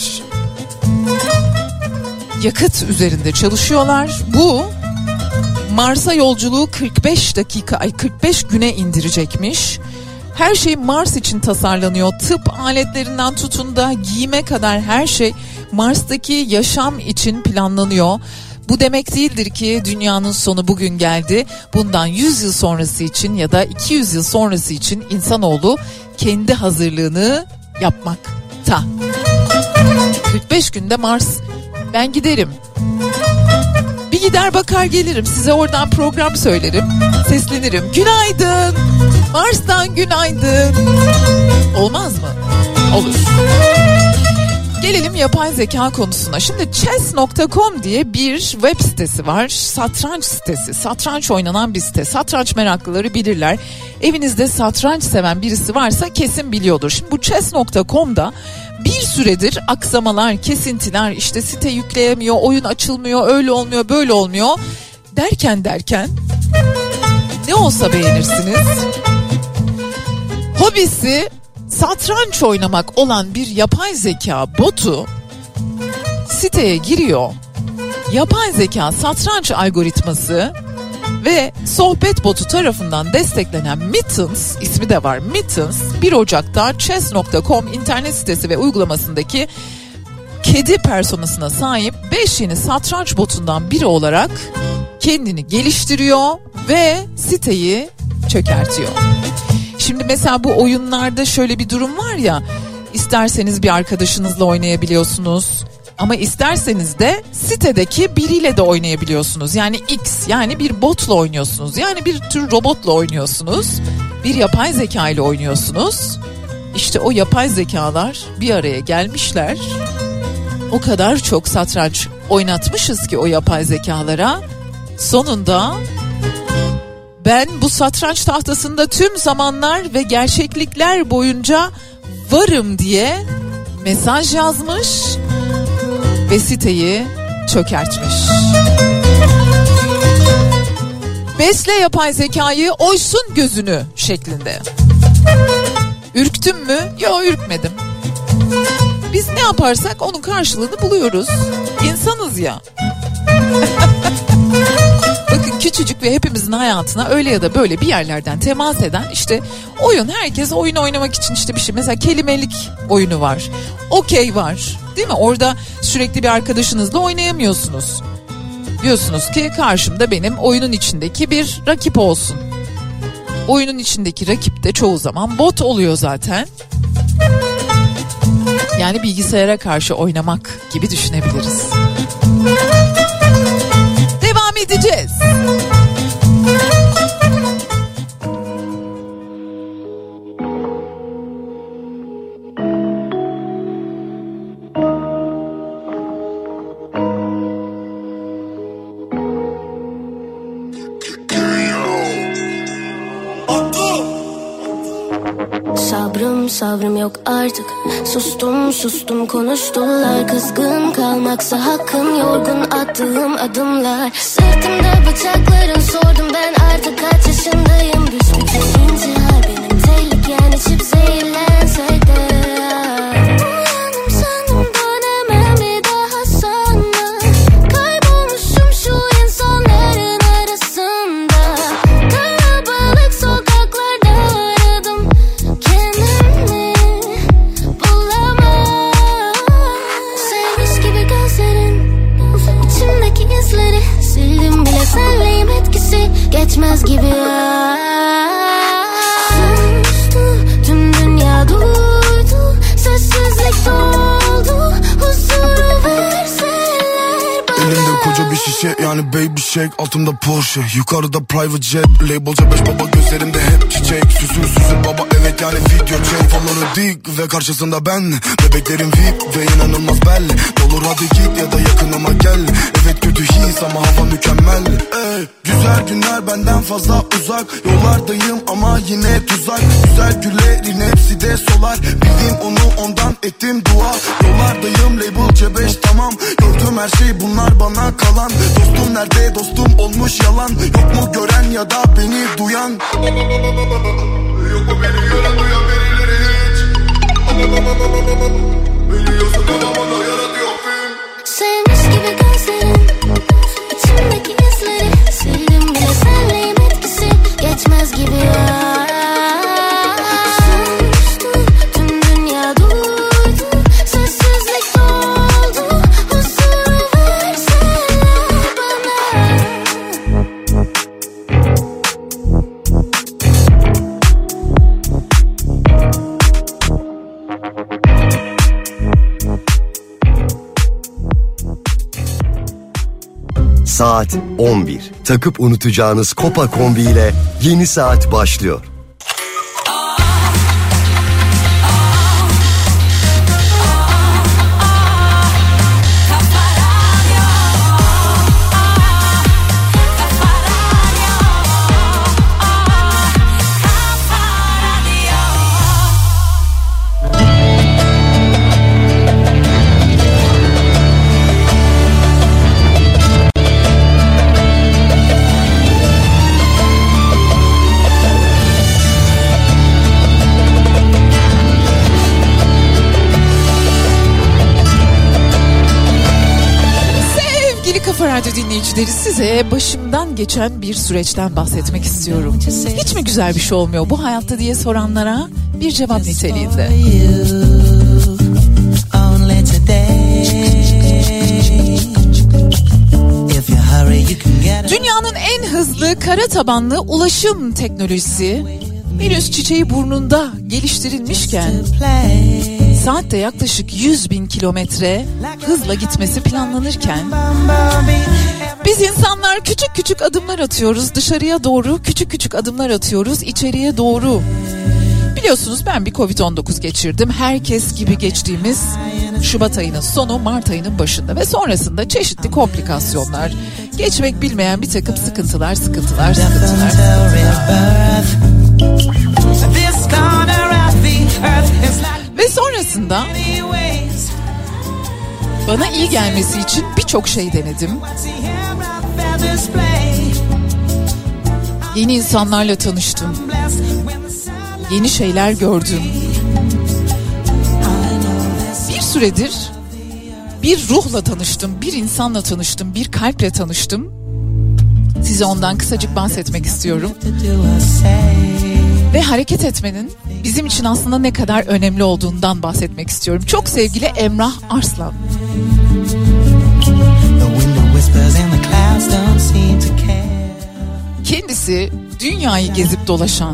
yakıt üzerinde çalışıyorlar. Bu Mars'a yolculuğu 45 güne indirecekmiş. Her şey Mars için tasarlanıyor. Tıp aletlerinden tutun da giyime kadar her şey Mars'taki yaşam için planlanıyor. Bu demek değildir ki dünyanın sonu bugün geldi. Bundan 100 yıl sonrası için ya da 200 yıl sonrası için insanoğlu kendi hazırlığını yapmakta. 45 günde Mars, ben giderim. Bir gider bakar gelirim, size oradan program söylerim, seslenirim. Günaydın, Mars'tan günaydın. Olmaz mı? Olur. Gelelim yapay zeka konusuna. Şimdi chess.com diye bir web sitesi var. Satranç sitesi. Satranç oynanan bir site. Satranç meraklıları bilirler. Evinizde satranç seven birisi varsa kesin biliyordur. Şimdi bu chess.com'da bir süredir aksamalar, kesintiler, işte site yükleyemiyor, oyun açılmıyor, öyle olmuyor, böyle olmuyor derken ne olsa beğenirsiniz. Hobisi satranç oynamak olan bir yapay zeka botu siteye giriyor. Yapay zeka satranç algoritması ve sohbet botu tarafından desteklenen Mittens, ismi de var Mittens, 1 Ocak'ta chess.com internet sitesi ve uygulamasındaki kedi personasına sahip 5 yeni satranç botundan biri olarak kendini geliştiriyor ve siteyi çökertiyor. Şimdi mesela bu oyunlarda şöyle bir durum var ya, isterseniz bir arkadaşınızla oynayabiliyorsunuz ama isterseniz de sitedeki biriyle de oynayabiliyorsunuz. Yani X, yani bir botla oynuyorsunuz, yani bir tür robotla oynuyorsunuz, bir yapay zeka ile oynuyorsunuz. İşte o yapay zekalar bir araya gelmişler. O kadar çok satranç oynatmışız ki o yapay zekalara. Sonunda ben bu satranç tahtasında tüm zamanlar ve gerçeklikler boyunca varım diye mesaj yazmış ve siteyi çökertmiş. Besle yapay zekayı, oysun gözünü şeklinde. Ürktüm mü? Yok, ürkmedim. Biz ne yaparsak onun karşılığını buluyoruz. İnsanız ya. Bakın, küçücük ve hepimizin hayatına öyle ya da böyle bir yerlerden temas eden işte oyun. Herkes oyun oynamak için işte bir şey. Mesela kelimelik oyunu var. Okey var. Değil mi? Orada sürekli bir arkadaşınızla oynayamıyorsunuz. Diyorsunuz ki karşımda benim oyunun içindeki bir rakip olsun. Oyunun içindeki rakip de çoğu zaman bot oluyor zaten. Yani bilgisayara karşı oynamak gibi düşünebiliriz. Devam edeceğiz. Sabrım yok artık. Sustum konuştular. Kızgın kalmaksa hakkım, yorgun attığım adımlar. Sırtımda bıçakların, sordum ben artık kaç yaşındayım. Büsbütün intihar benim tehlikem, içip zehirlensek de. Uyandım sandım dönemem bir daha sana. Kaybolmuşum şu insanların arasında. Kalabalık sokaklarda aradım kendimi, bulamam. Sevmiş gibi gözlerin, içimdeki izleri sildim bile, senleyim etkisi geçmez gibi. Sustu, tüm dünya duydu, sessizlik doldu, huzuru verseler bana. Elimde koca bir şişe, yani baby shake, altımda Porsche, yukarıda private jet, labelca 5 baba, gözlerimde hep çiçek. Süsür baba, evet yani video check. Faları dik ve karşısında ben, bebeklerim VIP ve inanılmaz belli. Olur hadi git ya da yakınıma gel. Evet kötü his ama hava mükemmel. Güzel günler benden fazla uzak, yollardayım ama yine tuzak. Güzel güllerin hepsi de solar, bildiğim onu ondan ettim dua. Yollardayım label C5 tamam, gördüğüm her şey bunlar bana kalan. Dostum nerede, dostum olmuş yalan. Yok mu gören ya da beni duyan? Yok mu beni gören, duyan birileri hiç? Biliyorsun ama bana yaratıyor film. Sevmiş gibi gözlerin, içimdeki izleri sildim bile, senleyim etkisi geçmez gibi. Sustu, tüm dünya duydu, sessizlik doldu, huzuru verseler bana. Saat 11. Takıp unutacağınız Kopa Kombi ile yeni saat başlıyor. Radyo dinleyicileri, size başımdan geçen bir süreçten bahsetmek istiyorum. Hiç mi güzel bir şey olmuyor bu hayatta diye soranlara bir cevap niteliğinde. If you hurry Dünyanın en hızlı kara tabanlı ulaşım teknolojisi henüz çiçeği burnunda geliştirilmişken saatte yaklaşık 100.000 kilometre hızla gitmesi planlanırken biz insanlar küçük küçük adımlar atıyoruz dışarıya doğru, küçük küçük adımlar atıyoruz içeriye doğru. Biliyorsunuz ben bir Covid-19 geçirdim. Herkes gibi geçtiğimiz Şubat ayının sonu, Mart ayının başında ve sonrasında çeşitli komplikasyonlar, geçmek bilmeyen bir takım sıkıntılar. Ve sonrasında bana iyi gelmesi için birçok şey denedim. Yeni insanlarla tanıştım. Yeni şeyler gördüm. Bir süredir bir ruhla tanıştım, bir insanla tanıştım, bir kalple tanıştım. Size ondan kısacık bahsetmek istiyorum. Ve hareket etmenin bizim için aslında ne kadar önemli olduğundan bahsetmek istiyorum. Çok sevgili Emrah Arslan. Kendisi dünyayı gezip dolaşan,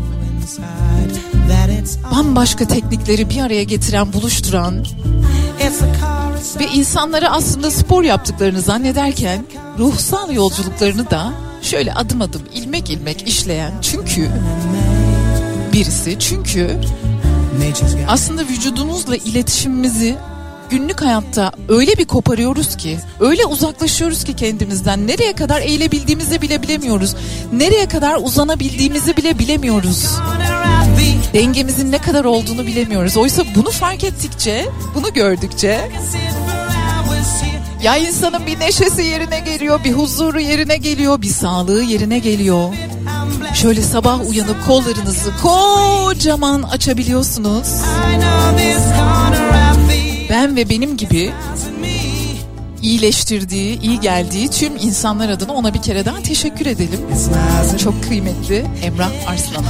bambaşka teknikleri bir araya getiren, buluşturan ve insanlara aslında spor yaptıklarını zannederken ruhsal yolculuklarını da şöyle adım adım, ilmek ilmek işleyen çünkü aslında vücudumuzla iletişimimizi günlük hayatta öyle bir koparıyoruz ki, öyle uzaklaşıyoruz ki kendimizden, nereye kadar eğilebildiğimizi bile bilemiyoruz, nereye kadar uzanabildiğimizi bile bilemiyoruz. Dengemizin ne kadar olduğunu bilemiyoruz. Oysa bunu fark ettikçe, bunu gördükçe ya insanın bir neşesi yerine geliyor, bir huzuru yerine geliyor, bir sağlığı yerine geliyor. Şöyle sabah uyanıp kollarınızı kocaman açabiliyorsunuz. Ben ve benim gibi iyileştirdiği, iyi geldiği tüm insanlar adına ona bir kere daha teşekkür edelim. Çok kıymetli Emrah Arslan'a.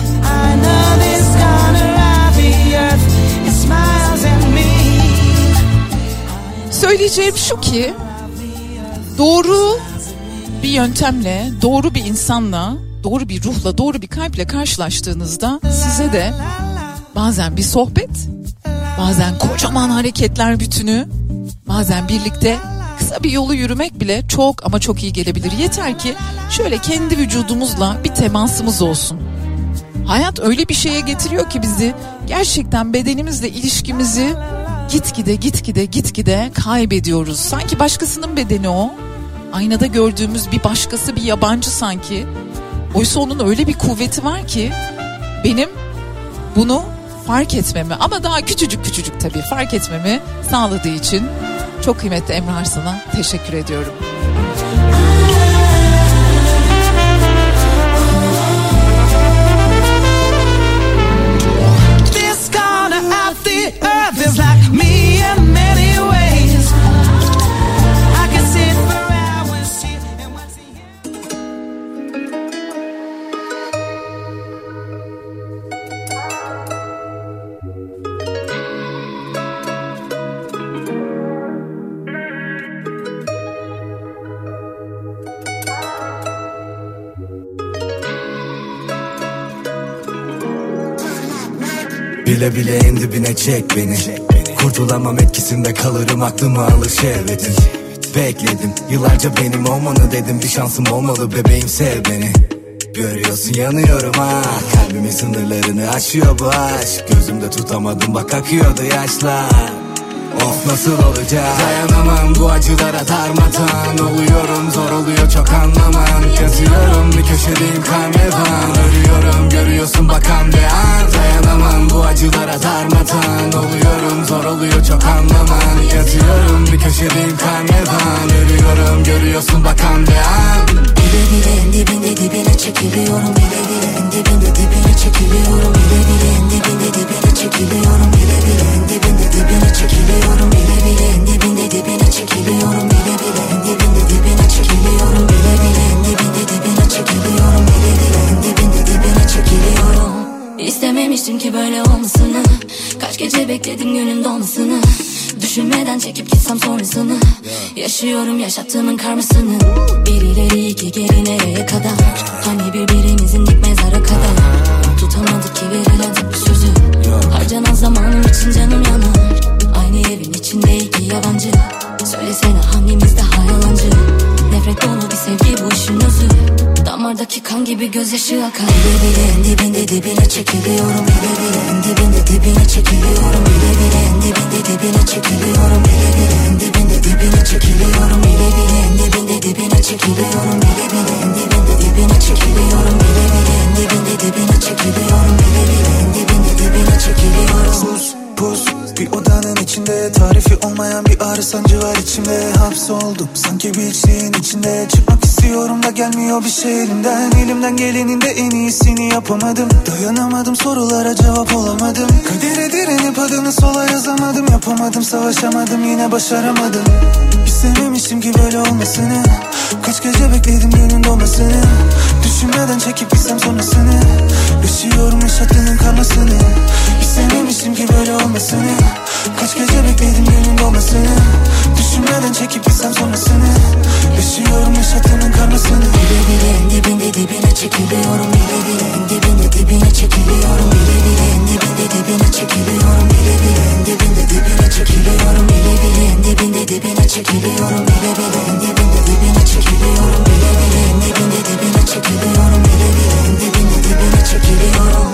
Söyleyeceğim şu ki, doğru bir yöntemle, doğru bir insanla, doğru bir ruhla, doğru bir kalple karşılaştığınızda size de bazen bir sohbet, bazen kocaman hareketler bütünü, bazen birlikte kısa bir yolu yürümek bile çok ama çok iyi gelebilir. Yeter ki şöyle kendi vücudumuzla bir temasımız olsun. Hayat öyle bir şeye getiriyor ki bizi, gerçekten bedenimizle ilişkimizi gitgide kaybediyoruz. Sanki başkasının bedeni o. Aynada gördüğümüz bir başkası, bir yabancı sanki. Oysa onun öyle bir kuvveti var ki benim bunu fark etmemi, ama daha küçücük tabii fark etmemi sağladığı için çok kıymetli Emrah Arslan'a teşekkür ediyorum. Bile bile en dibine çek beni. Kurtulamam etkisinde kalırım, aklımı alır şehvetin. Bekledim yıllarca benim olmanı, dedim bir şansım olmalı bebeğim, sev beni. Görüyorsun yanıyorum ha, kalbimin sınırlarını aşıyor bu aşk. Gözümde tutamadım bak akıyordu yaşlar. Of nasıl olacak, dayanamam bu acılara, darmadağın oluyorum, zor oluyor çok anlaman. Yazıyorum bir köşedeyim karnevan, ölüyorum görüyorsun bakan bir an. Dayanamam bu acılara, darmadağın oluyorum, zor oluyor çok anlaman. Yazıyorum bir köşedeyim karnevan, ölüyorum görüyorsun bakan bir an. Bile bile en dibine çekiliyorum, bile bile en dibine çekiliyorum, bile bile en dibine çekiliyorum, bile bile en dibine çekiliyorum, bile bile en dibine çekiliyorum, bile bile en dibine çekiliyorum, bile bile en dibine çekiliyorum, bile bile en İstememiştim ki böyle olmasını. Kaç gece bekledim günün dolmasını. Düşünmeden çekip gitsem sonrasını. Yaşıyorum yaşattığımın karmasını. Bir ileri iki geri nereye kadar? Hani birbirimizin dik mezara kadar. Tutamadık ki verilen tek bir sözü. Harcanan zamanım için canım yanar. Aynı evin içinde iki yabancı. Söylesene hangimiz daha yalancı? Nefret dolu bir sevgi bu işin özü. Damardaki kan gibi gözyaşı akar. Bile bile en dibinde dibine çekiliyorum. Bile bile en dibinde dibine çekiliyorum. Bile bile en dibinde dibine çekiliyorum. Bile bile en dibinde dibine çekiliyorum. Bile bile en dibinde dibine çekiliyorum. Bile bile en dibinde dibine çekiliyorum. Bile bile en dibinde dibine çekiliyorum. Bile bile en dibinde dibine çekiliyorum. Sus pus bir odanın içinde, tarifi olmayan bir ağrı sancı var içimde. Hapsoldum sanki bir şeyin içinde. Çıkmak istiyorum da gelmiyor bir şey elimden. Elimden gelenin de en iyisini yapamadım. Dayanamadım sorulara cevap olamadım. Kadere direnip adını sola yazamadım. Yapamadım savaşamadım yine başaramadım. İstememiştim ki böyle olmasını. Kaç gece bekledim günün dolmasını. Düşünmeden çekip gitsem sonrasını. Yaşıyorum yaşattığının karmasını. İstememiştim ki böyle olmasını. Kaç gece bekledim günün dolmasını. Düşünmeden çekip gitsem sonrasını. Yaşıyorum yaşattığının karmasını. Bile bile en dibinde dibine çekiliyorum. Bile bile en dibinde dibine çekiliyorum. Bile bile en dibinde dibine çekiliyorum. Bile bile en dibinde dibine çekiliyorum. Bile bile en dibinde dibine çekiliyorum. Bile bile en dibinde dibine çekiliyorum. Bile bile en dibinde dibine çekiliyorum. Bile bile en dibinde dibine çekiliyorum.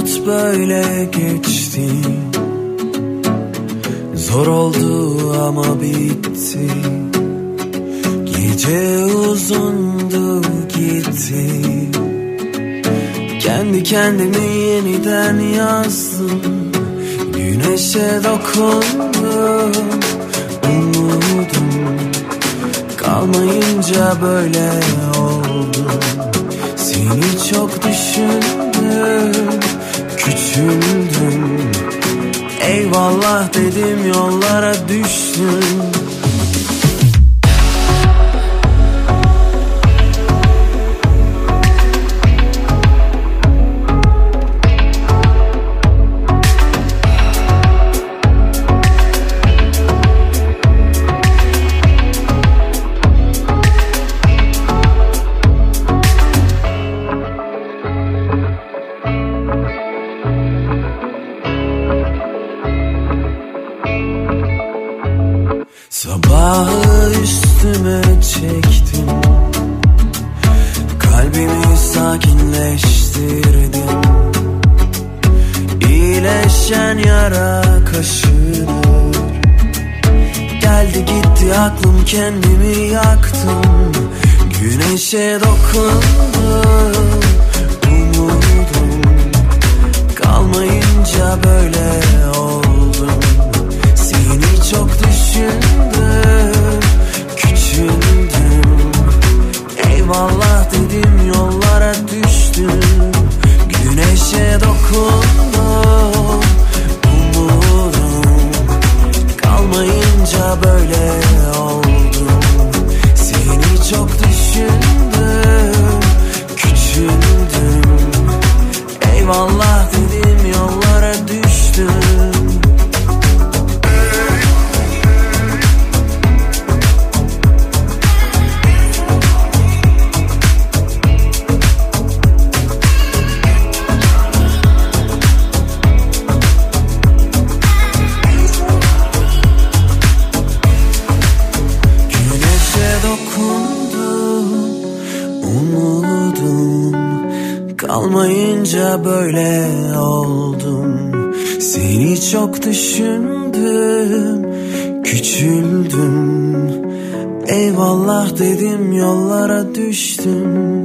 umut böyle geçti. Zor oldu ama bitti. Gece uzundu gitti. Kendi kendimi yeniden yazdım. Güneşe dokundum. Umudum kalmayınca böyle oldu. Seni çok düşündüm, küçüldüm. Eyvallah dedim, yollara düştüm. Sabahı üstüme çektim. Kalbimi sakinleştirdim. İyileşen yara kaşınır. Geldi gitti aklım, kendimi yaktım. Güneşe dokundum. Umudum kalmayınca böyle oldum. Seni çok düşündüm, küçüldüm. Eyvallah dedim, yollara düştüm. Güneşe dokundum. Umudum kalmayınca böyle oldum. Seni çok düşündüm, küçüldüm. Eyvallah dedim, yollara düştüm. Kalmayınca böyle oldum. Seni çok düşündüm, küçüldüm. Eyvallah dedim, yollara düştüm.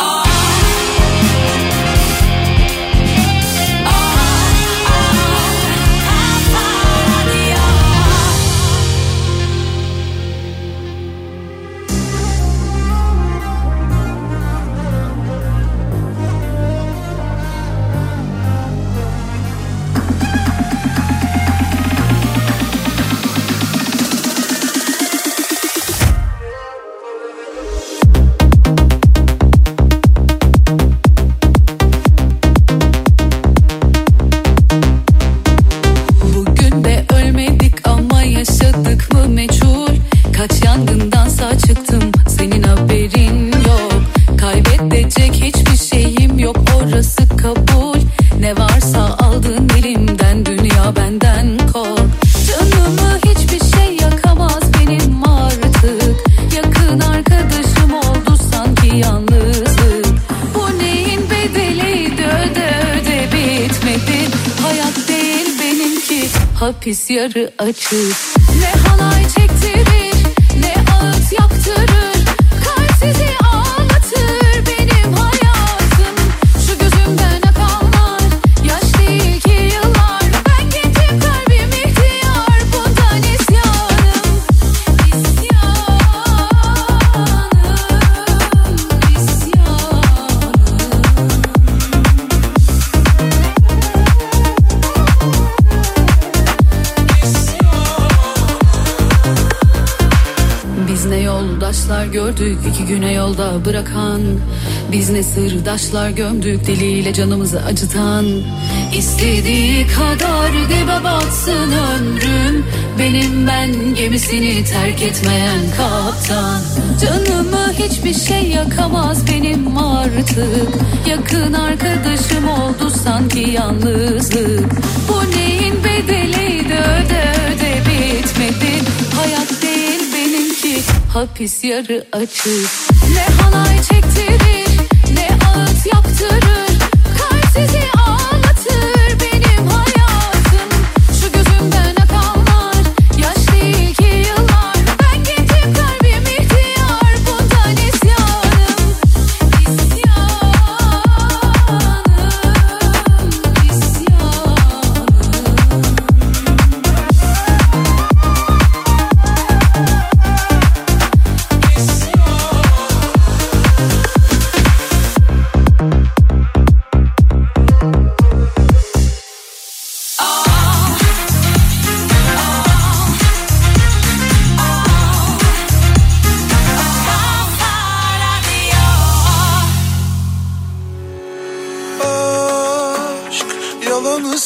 Hapis yarı açık. Ne halay çektirir, ne ağıt yaktırır. Kalp sizi ağlatır benim hayatım. Şu gözümden akanlar yaş değil ki yıllar. Ben gencim, kalbim ihtiyar, bundan isyanım. Biz ne yoldaşlar gördük 2 güne yolda bırakan. Biz ne sırdaşlar gömdük diliyle canımızı acıtan. İstediği kadar dibe batsın ömrüm, benim ben gemisini terk etmeyen kaptan. Canımı hiçbir şey yakamaz benim artık. Yakın arkadaşım oldu sanki yalnızlık. Bu neyin bedeliydi, öde öde bitmedi. Hayat değil benimki, hapis yarı açık. Ne halay çektirir, ne ağıt yaptırır. Kalp sizi ağlatır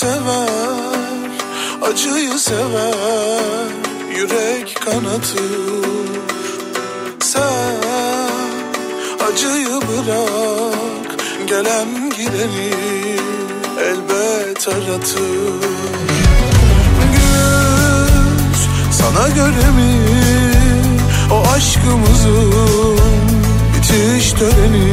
sever, acıyı sever, yürek kanatır. Sen acıyı bırak, gelen gideni elbet aratır. Güz sana göre mi o aşkımızın bitiş töreni?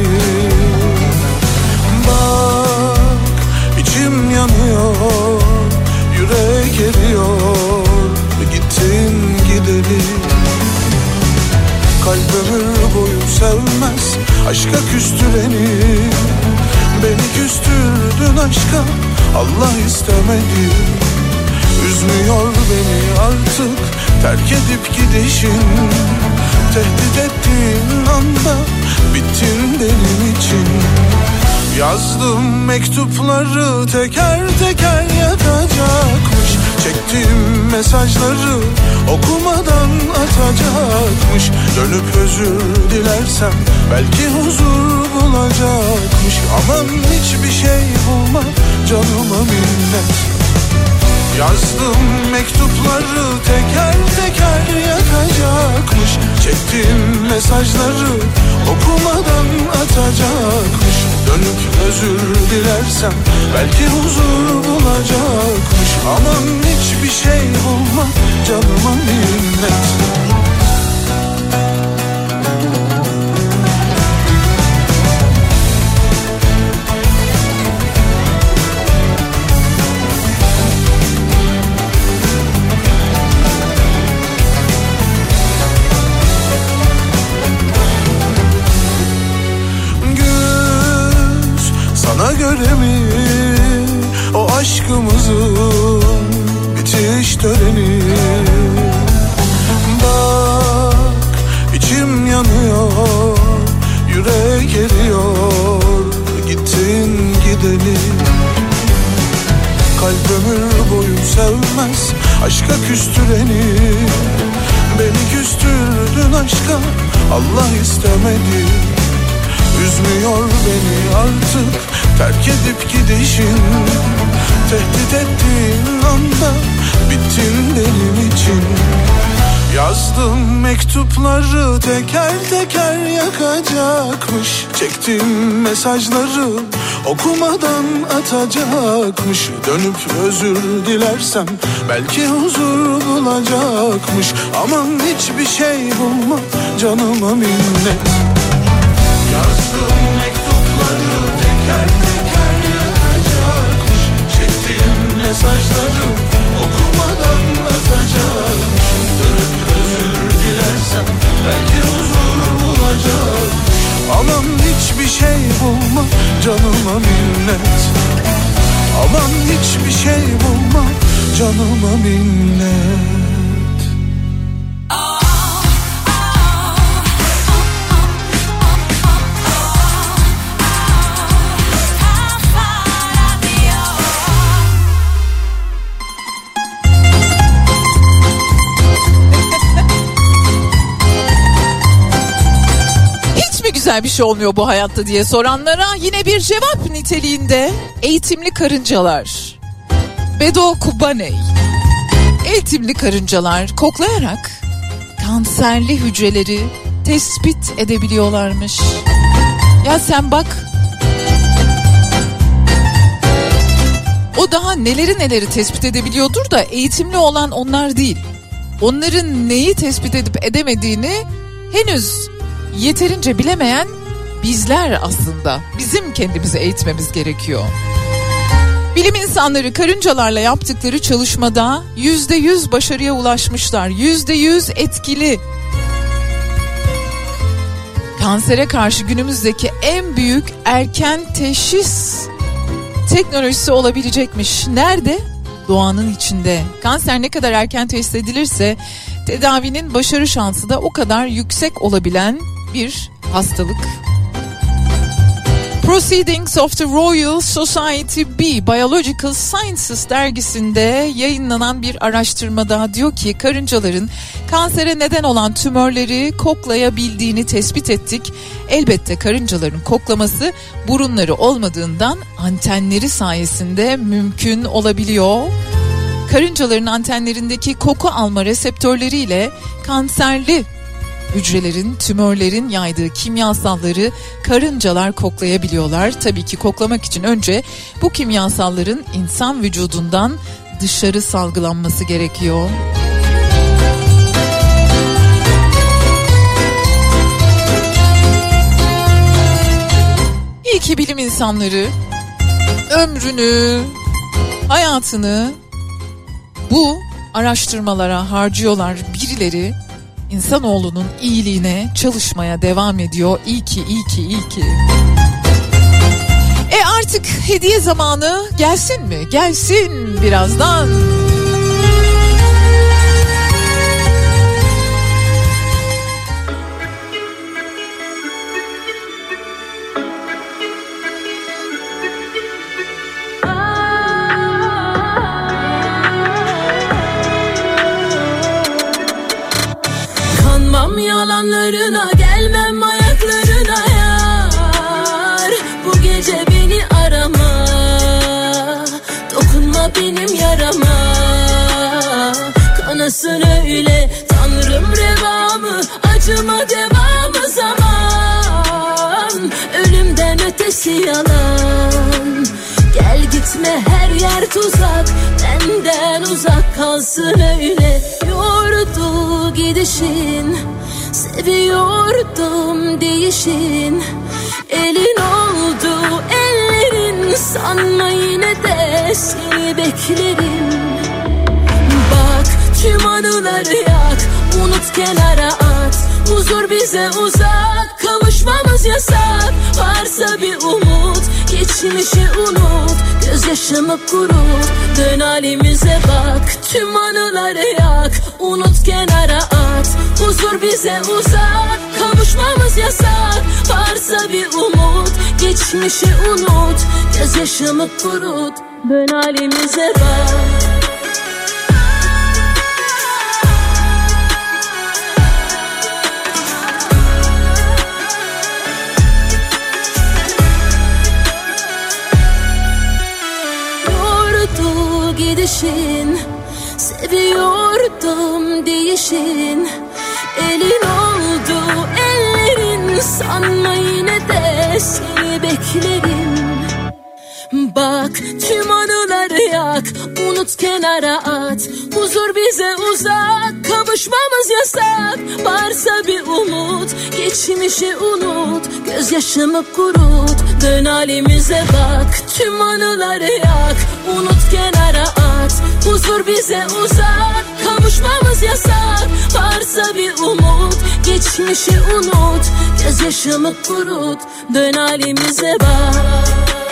Bak içim yanıyor, yürek eriyor, gittin gideli. Kalp ömür boyu sevmez aşka küstüreni. Beni küstürdün aşka, Allah istemedi. Üzmüyor beni artık terk edip gidişin. Tehdit ettiğin anda bittin benim için. Yazdım mektupları teker teker yakacakmış. Çektiğim mesajları okumadan atacakmış. Dönüp özür dilersem belki huzur bulacakmış. Aman hiçbir şey bulma, canıma minnet. Yazdım mektupları teker teker yakacakmış. Çektiğim mesajları okumadan atacakmış. Dönüp özür dilersem belki huzur bulacakmış. Aman hiçbir şey bulma, canıma minnet. Sana göre mi o aşkımızın bitiş töreni? Bak içim yanıyor, yürek eriyor, gittin gideli. Kalp ömür boyu sevmez aşka küstüreni. Beni küstürdün aşka, Allah istemedi. Üzmüyor beni artık terk edip gidişin. Tehdit ettiğin anda bittin benim için. Yazdım mektupları teker teker yakacakmış. Çektiğim mesajları okumadan atacakmış. Dönüp özür dilersem belki huzur bulacakmış. Aman hiçbir şey bulma, canıma minnet. Yazdım mektupları teker teker yakacakmış. Çektiğim mesajları okumadan atacakmış. Dönüp özür dilersem belki huzur bulacak. Aman hiçbir şey bulma, canıma minnet. Aman hiçbir şey bulma, canıma minnet. Güzel bir şey olmuyor bu hayatta diye soranlara yine bir cevap niteliğinde eğitimli karıncalar. Bedo Kubaney. Eğitimli karıncalar koklayarak kanserli hücreleri tespit edebiliyorlarmış. Ya sen bak. O daha neleri tespit edebiliyordur da eğitimli olan onlar değil. Onların neyi tespit edip edemediğini henüz yeterince bilemeyen bizler aslında. Bizim kendimizi eğitmemiz gerekiyor. Bilim insanları karıncalarla yaptıkları çalışmada %100 başarıya ulaşmışlar. %100 etkili. Kansere karşı günümüzdeki en büyük erken teşhis teknolojisi olabilecekmiş. Nerede? Doğanın içinde. Kanser ne kadar erken teşhis edilirse tedavinin başarı şansı da o kadar yüksek olabilen bir hastalık. Proceedings of the Royal Society B Biological Sciences dergisinde yayınlanan bir araştırmada diyor ki karıncaların kansere neden olan tümörleri koklayabildiğini tespit ettik. Elbette karıncaların koklaması burunları olmadığından antenleri sayesinde mümkün olabiliyor. Karıncaların antenlerindeki koku alma reseptörleriyle kanserli hücrelerin, tümörlerin yaydığı kimyasalları karıncalar koklayabiliyorlar. Tabii ki koklamak için önce bu kimyasalların insan vücudundan dışarı salgılanması gerekiyor. İyi ki bilim insanları ömrünü, hayatını bu araştırmalara harcıyorlar. Birileri İnsanoğlunun iyiliğine çalışmaya devam ediyor. İyi ki. Artık hediye zamanı gelsin mi? Gelsin birazdan. Yalanlarına gelmem ayaklarına yar. Bu gece beni arama, dokunma benim yarama. Kanasın öyle Tanrım revamı, acıma devamı zaman. Ölümden ötesi yalan. Gel gitme her yer tuzak, benden uzak kalsın öyle. Yordu gidişin, seviyordum değişin. Elin oldu ellerin, sanma yine de seni beklerim. Bak tüm anıları yak, unut kenara at. Huzur bize uzak, kavuşmamız yasak. Varsa bir umut, geçmişi unut. Gözyaşımı kurut, dön halimize bak. Tüm anıları yak, unut kenara at. Huzur bize uzak, kavuşmamız yasak. Varsa bir umut, geçmişi unut. Gözyaşımı kurut, dön halimize bak. Gidişin, seviyordum değişin. Elin oldu ellerin, sanma yine de seni beklerim. Bak tüm anıları yak, unut kenara at. Huzur bize uzak, kavuşmamız yasak. Varsa bir umut, geçmişi unut. Gözyaşımı kurut, dön halimize bak. Tüm anıları yak, unut kenara at. Huzur bize uzak, kavuşmamız yasak. Varsa bir umut, geçmişi unut. Gözyaşımı kurut, dön halimize bak.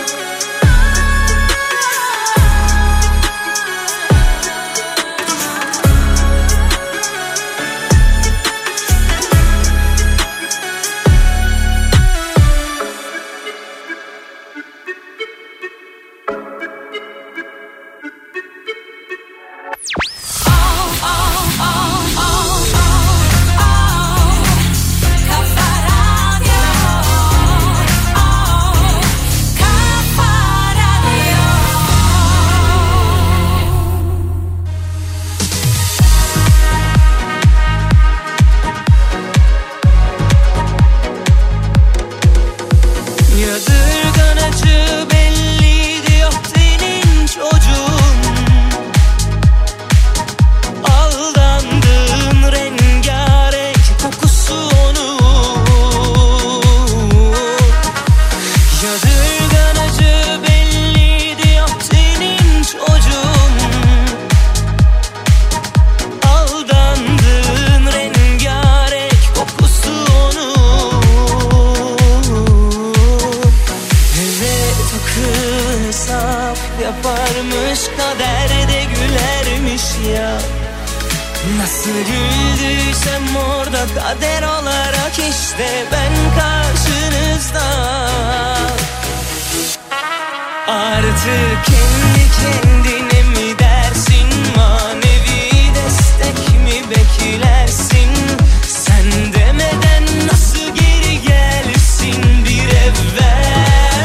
yaparmış, kaderde gülermiş ya. Nasıl güldüysem orada kader olarak işte ben karşınızda. Artık kendi kendine mi dersin, manevi destek mi beklersin? Sen demeden nasıl geri gelsin bir evvel?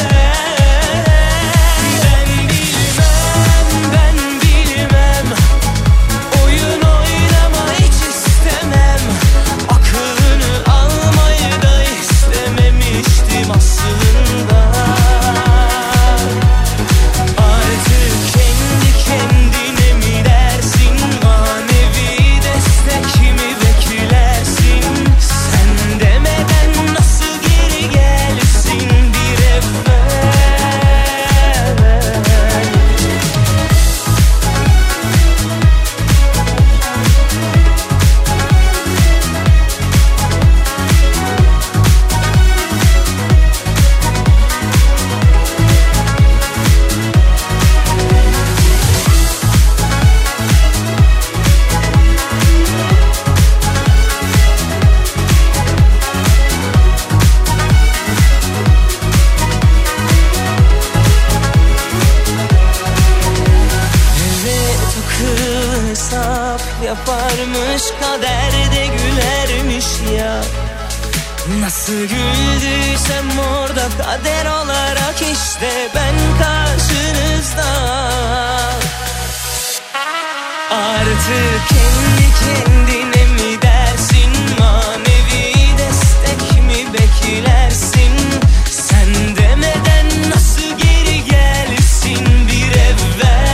Ben bilmem, oyun oynama hiç istemem. Aklını almayı da istememiştim aslında. Artık kendi kendine mi dersin, manevi destek mi beklersin? Sen demeden nasıl geri gelsin bir evvel? Hesap yaparmış, kaderde gülermiş ya. Nasıl güldüysem orada kader olarak işte ben karşınızda. Artık kendi kendine mi dersin, manevi destek mi beklersin? Sen demeden nasıl geri gelsin bir evvel?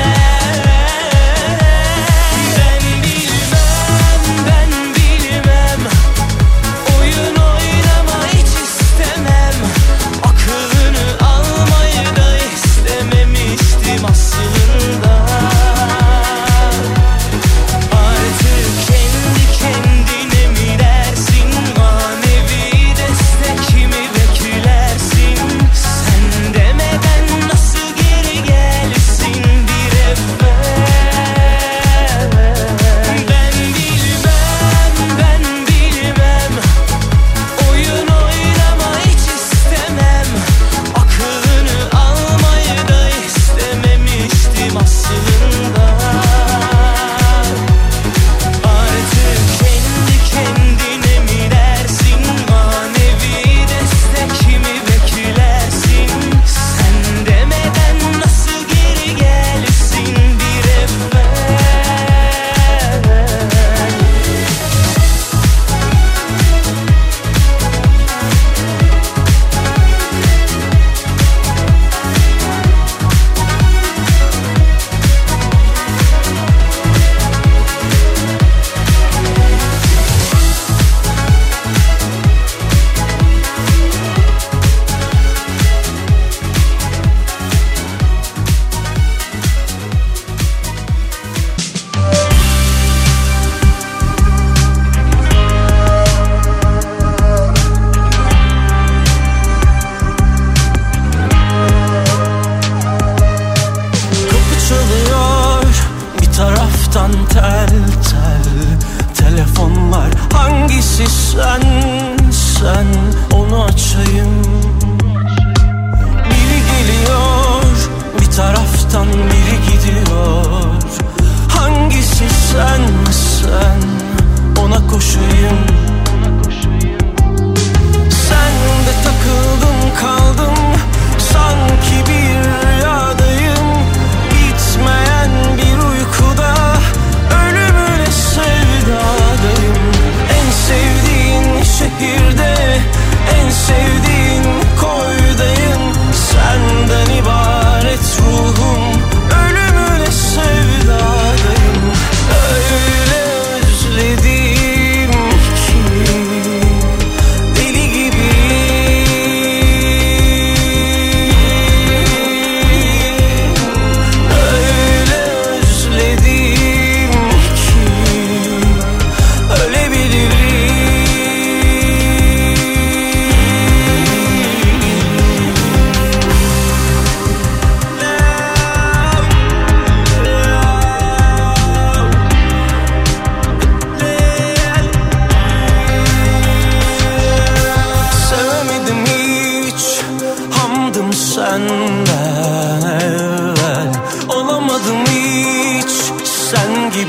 senden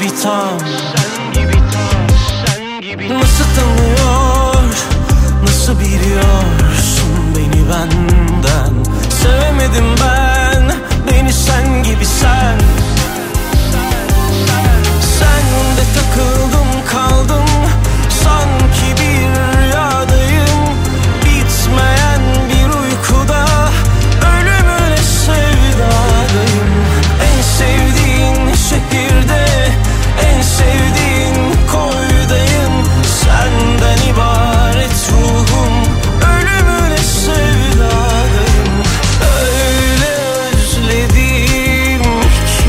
gibi tam, nasıl tanıyor, nasıl biliyorsun beni benden. Sevemedim ben beni sen gibi sen. Sen de takıldım kaldım sanki bir rüyadayım. Bitmeyen bir uykuda ölümüne sevdadayım. En sevdiğin şehirde en sevdiğin koydayım. Senden ibaret ruhum ölümüne sevdadayım. Öyle özledim ki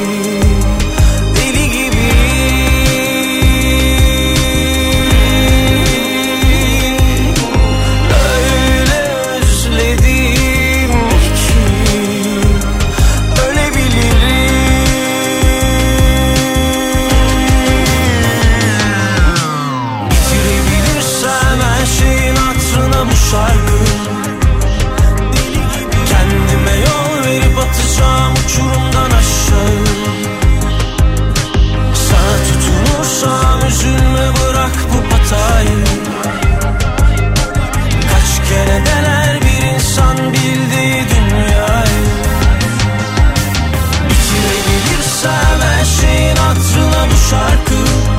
deli gibi. Öyle özledim ki ölebilirim. Bitirebilirsem her şeyin hatırına bu şarkı. Kendime yol verip atacağım uçurumdan aşağı. Sana tutunursam üzülme, bırak bu hatayı. Kaç kere dener bir insan bildiği dünyayı. Bitirebilirsem her şeyin hatırına bu şarkı.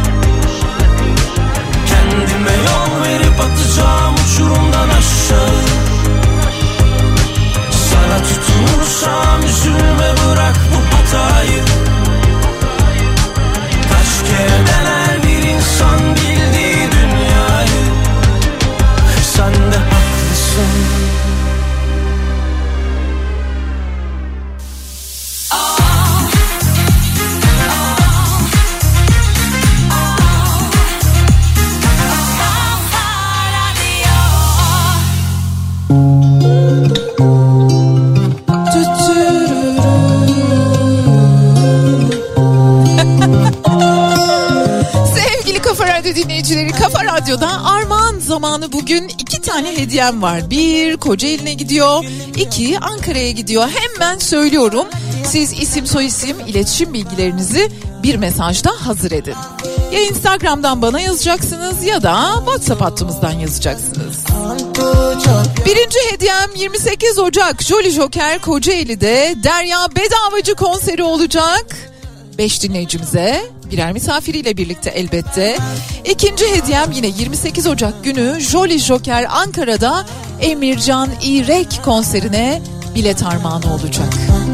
Kendime yol verip atacağım uçurumdan aşağı. Sana tutunursam üzülme, bırak bu hatayı. Kaç kere dener bir insan bildiği dünyayı. Sen de haklısın. Sevgili Kafa Radyo dinleyicileri, Kafa Radyo'da armağan zamanı bugün 2 tane hediyem var. 1 Kocaeli'ne gidiyor, 2 Ankara'ya gidiyor. Hemen söylüyorum. Siz isim soyisim iletişim bilgilerinizi bir mesajda hazır edin. Ya Instagram'dan bana yazacaksınız ya da WhatsApp hattımızdan yazacaksınız. Birinci hediyem 28 Ocak Jolly Joker Kocaeli'de Derya Bedavacı konseri olacak. 5 dinleyicimize birer misafiriyle birlikte elbette. İkinci hediyem yine 28 Ocak günü Jolly Joker Ankara'da Emircan İrek konserine bilet armağanı olacak.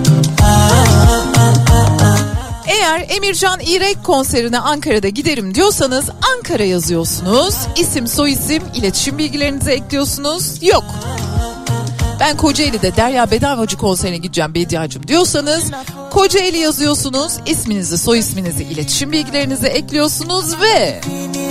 Eğer Emircan İrek konserine Ankara'da giderim diyorsanız Ankara yazıyorsunuz. İsim soyisim iletişim bilgilerinizi ekliyorsunuz. Yok, ben Kocaeli'de Derya Bedavacı konserine gideceğim Bediacığım diyorsanız Kocaeli yazıyorsunuz. İsminizi, soy isminizi, iletişim bilgilerinizi ekliyorsunuz ve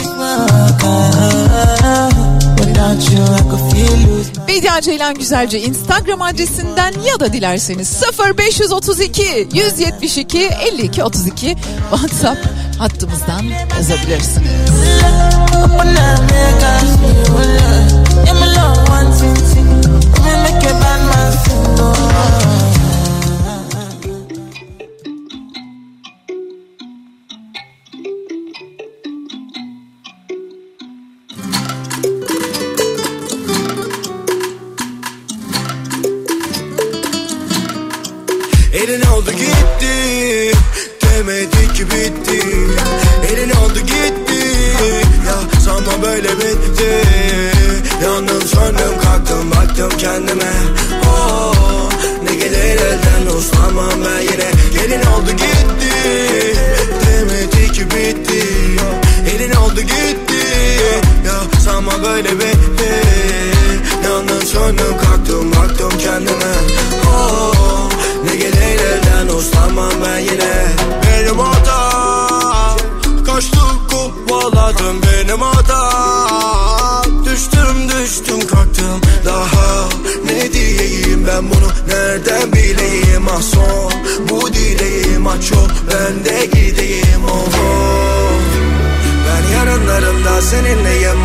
Bedia Ceylan Güzelce Instagram adresinden ya da dilerseniz 0532 172 52 32 WhatsApp hattımızdan yazabilirsiniz. Elin oldu gitti, demedi ki bitti. Elin oldu gitti, ya sanma böyle bitti. Yandım söndüm kalktım baktım kendime. Oh, ne gelir elden uslanmam ben yine. Elin oldu gitti, demedi ki bitti. Elin oldu gitti, ya sanma böyle bitti. Yandım söndüm kalktım baktım kendime. Oh, ne gelir elden uslanmam ben yine. Benim hatam, kaçtım kovaladım benim hatam. Düştüm kalktım daha ne diyeyim ben bunu nereden bileyim. Ah son bu dileğim, aç ol ben de gideyim. Oh, oh. Ben yarınlarımda seninleyim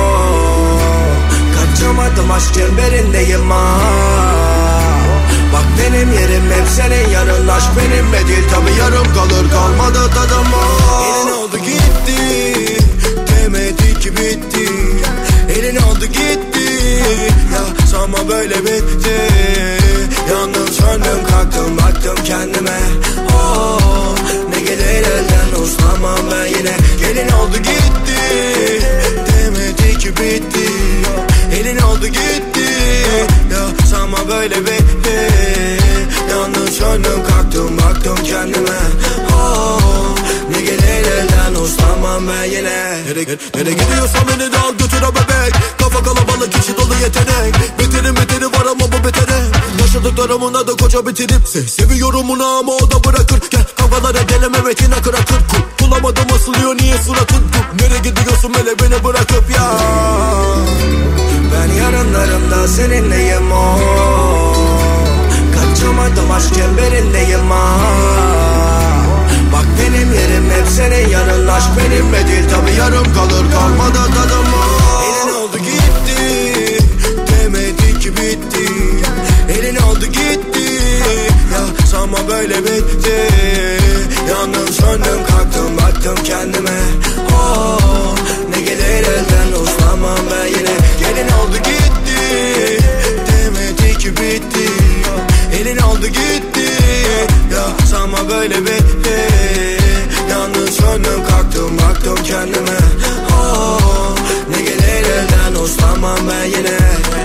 oh. Kaçamadım aşk çemberindeyim ah. Bak benim yerim hep senin yanın. Aşk benimle değil tabi yarım kalır, kalmadı tadım o. Elin oldu gitti, demedi ki bitti. Elin oldu gitti, ya sanma böyle bitti. Yandım söndüm kalktım baktım kendime. Oh, ne gelir elden uslanmam ben yine. Gelin oldu gitti, demedi ki bitti. Elin oldu gitti, ya sanma böyle bitti. Yandım söndüm kalktım baktım kendime. Oh, ne gelir elden uslanmam ben yine. Nereye gidiyorsan beni de al götür o bebek. Kafa kalabalık içi dolu yetenek. Beteri var ama bu betere. Yaşadıklarımın adı koca bitirip seviyorum onu ama o da bırakır. Gel kafalara gelem evet yine kırakır. Bulamadım asılıyor niye suratın. Nereye gidiyorsun hele beni bırakıp ya. Ben yarınlarımda seninleyim o. Kaçamadım aşk çemberindeyim ha. Bak benim yerim hep senin yanın. Aşk benimle değil tabi yarım kalır, kalmadı tadım o. Elin oldu gitti, demedi ki bitti. Elin oldu gitti, ya sanma böyle bitti. Yandım söndüm kalktım baktım kendime. Oh, ne gelir elden uslanmam ben yine. Gelin oldu gitti, demedi ki bitti. Elin oldu gitti, ya sanma böyle bitti. Yandım söndüm kalktım baktım kendime. Oh, ne gelir elden uslanmam ben yine.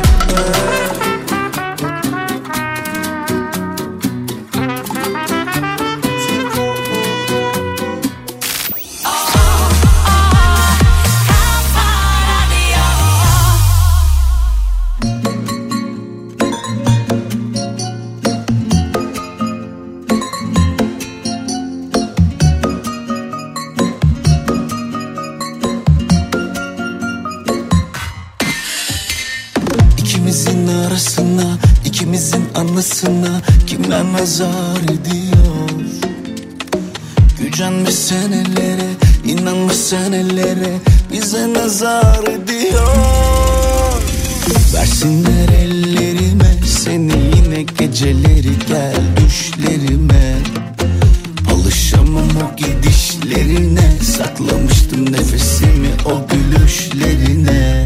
İkimizin anısına kimler nazar ediyor? Gücenmiş senelere, inanmış senelere, bize nazar ediyor. Versinler ellerime seni yine geceleri, gel düşlerime. Alışamam o gidişlerine, saklamıştım nefesimi o gülüşlerine.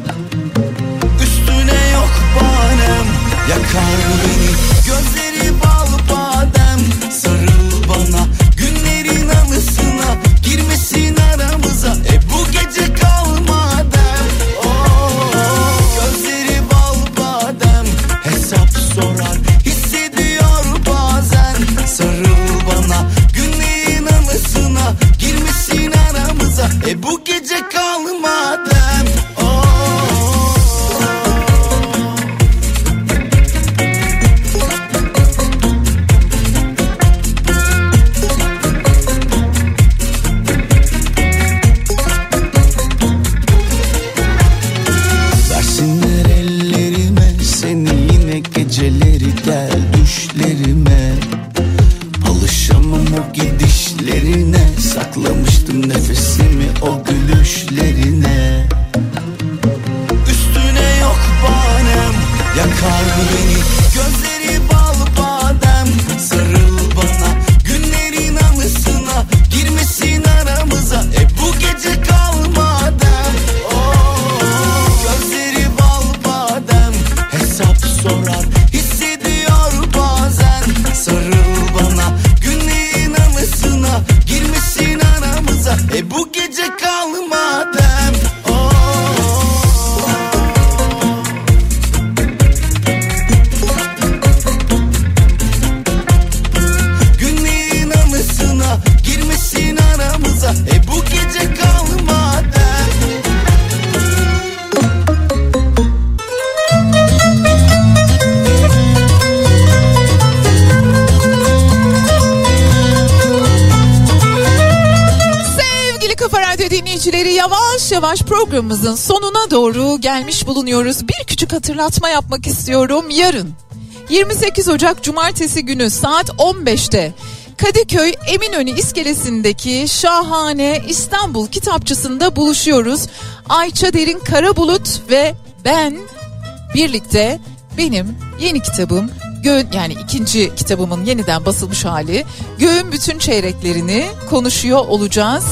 Üstüne yok bahanem, yakar beni gözleri bal badem. Sarıl bana günlerin anısına, girmesin aramıza bu gece kalmadan. Oh, gözleri bal badem, hesap sorar hissediyor bazen. Sarıl bana günlerin anısına, girmesin aramıza bu gece kalmadan. Geceleri gel düşlerime. Alışamam o gidişlerine, saklamıştım nefesimi o gülüşlerine. Üstüne yok bahanem, yakar beni gözleri bal badem. Sarıl bana günlerin anısına, girmesin aramıza bu gece kalmadan. Oh, gözleri bal badem, hesap sorar hissediyor bazen. Sarıl bana günlerin anısına, girmesin aramıza bu gece kalmadan. Günlerin anısına, girmesin aramıza bu gece kalmadan. Kafa Radyo dinleyicileri, yavaş yavaş programımızın sonuna doğru gelmiş bulunuyoruz. Bir küçük hatırlatma yapmak istiyorum. Yarın 28 Ocak Cumartesi günü saat 15'te Kadıköy Eminönü iskelesindeki şahane İstanbul Kitapçısı'nda buluşuyoruz. Ayça Derin Karabulut ve ben birlikte benim yeni kitabım Yani ikinci kitabımın yeniden basılmış hali. Göğün bütün çeyreklerini konuşuyor olacağız.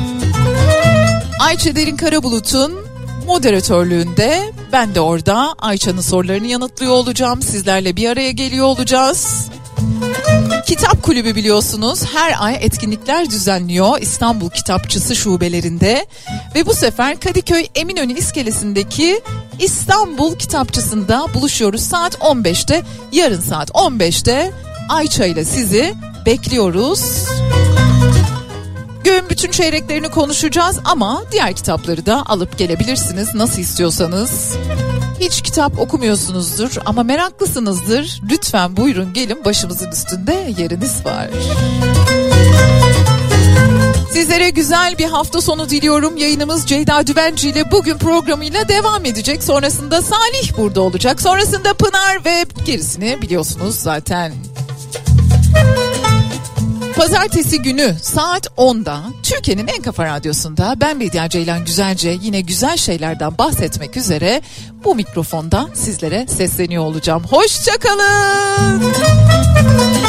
Ayça Derin Karabulut'un moderatörlüğünde ben de orada Ayça'nın sorularını yanıtlıyor olacağım. Sizlerle bir araya geliyor olacağız. Kitap Kulübü biliyorsunuz her ay etkinlikler düzenliyor İstanbul Kitapçısı şubelerinde. Ve bu sefer Kadıköy Eminönü iskelesindeki İstanbul Kitapçısı'nda buluşuyoruz saat 15'te. Yarın saat 15'te Ayça ile sizi bekliyoruz. Göğün bütün çeyreklerini konuşacağız ama diğer kitapları da alıp gelebilirsiniz nasıl istiyorsanız. Hiç kitap okumuyorsunuzdur ama meraklısınızdır. Lütfen buyurun gelin, başımızın üstünde yeriniz var. Sizlere güzel bir hafta sonu diliyorum. Yayınımız Ceyda Düvenci ile bugün programıyla devam edecek. Sonrasında Salih burada olacak. Sonrasında Pınar ve gerisini biliyorsunuz zaten. Pazartesi günü saat 10'da Türkiye'nin en kafa radyosunda ben Bediye Ceylan Güzelce yine güzel şeylerden bahsetmek üzere bu mikrofonda sizlere sesleniyor olacağım. Hoşça kalın.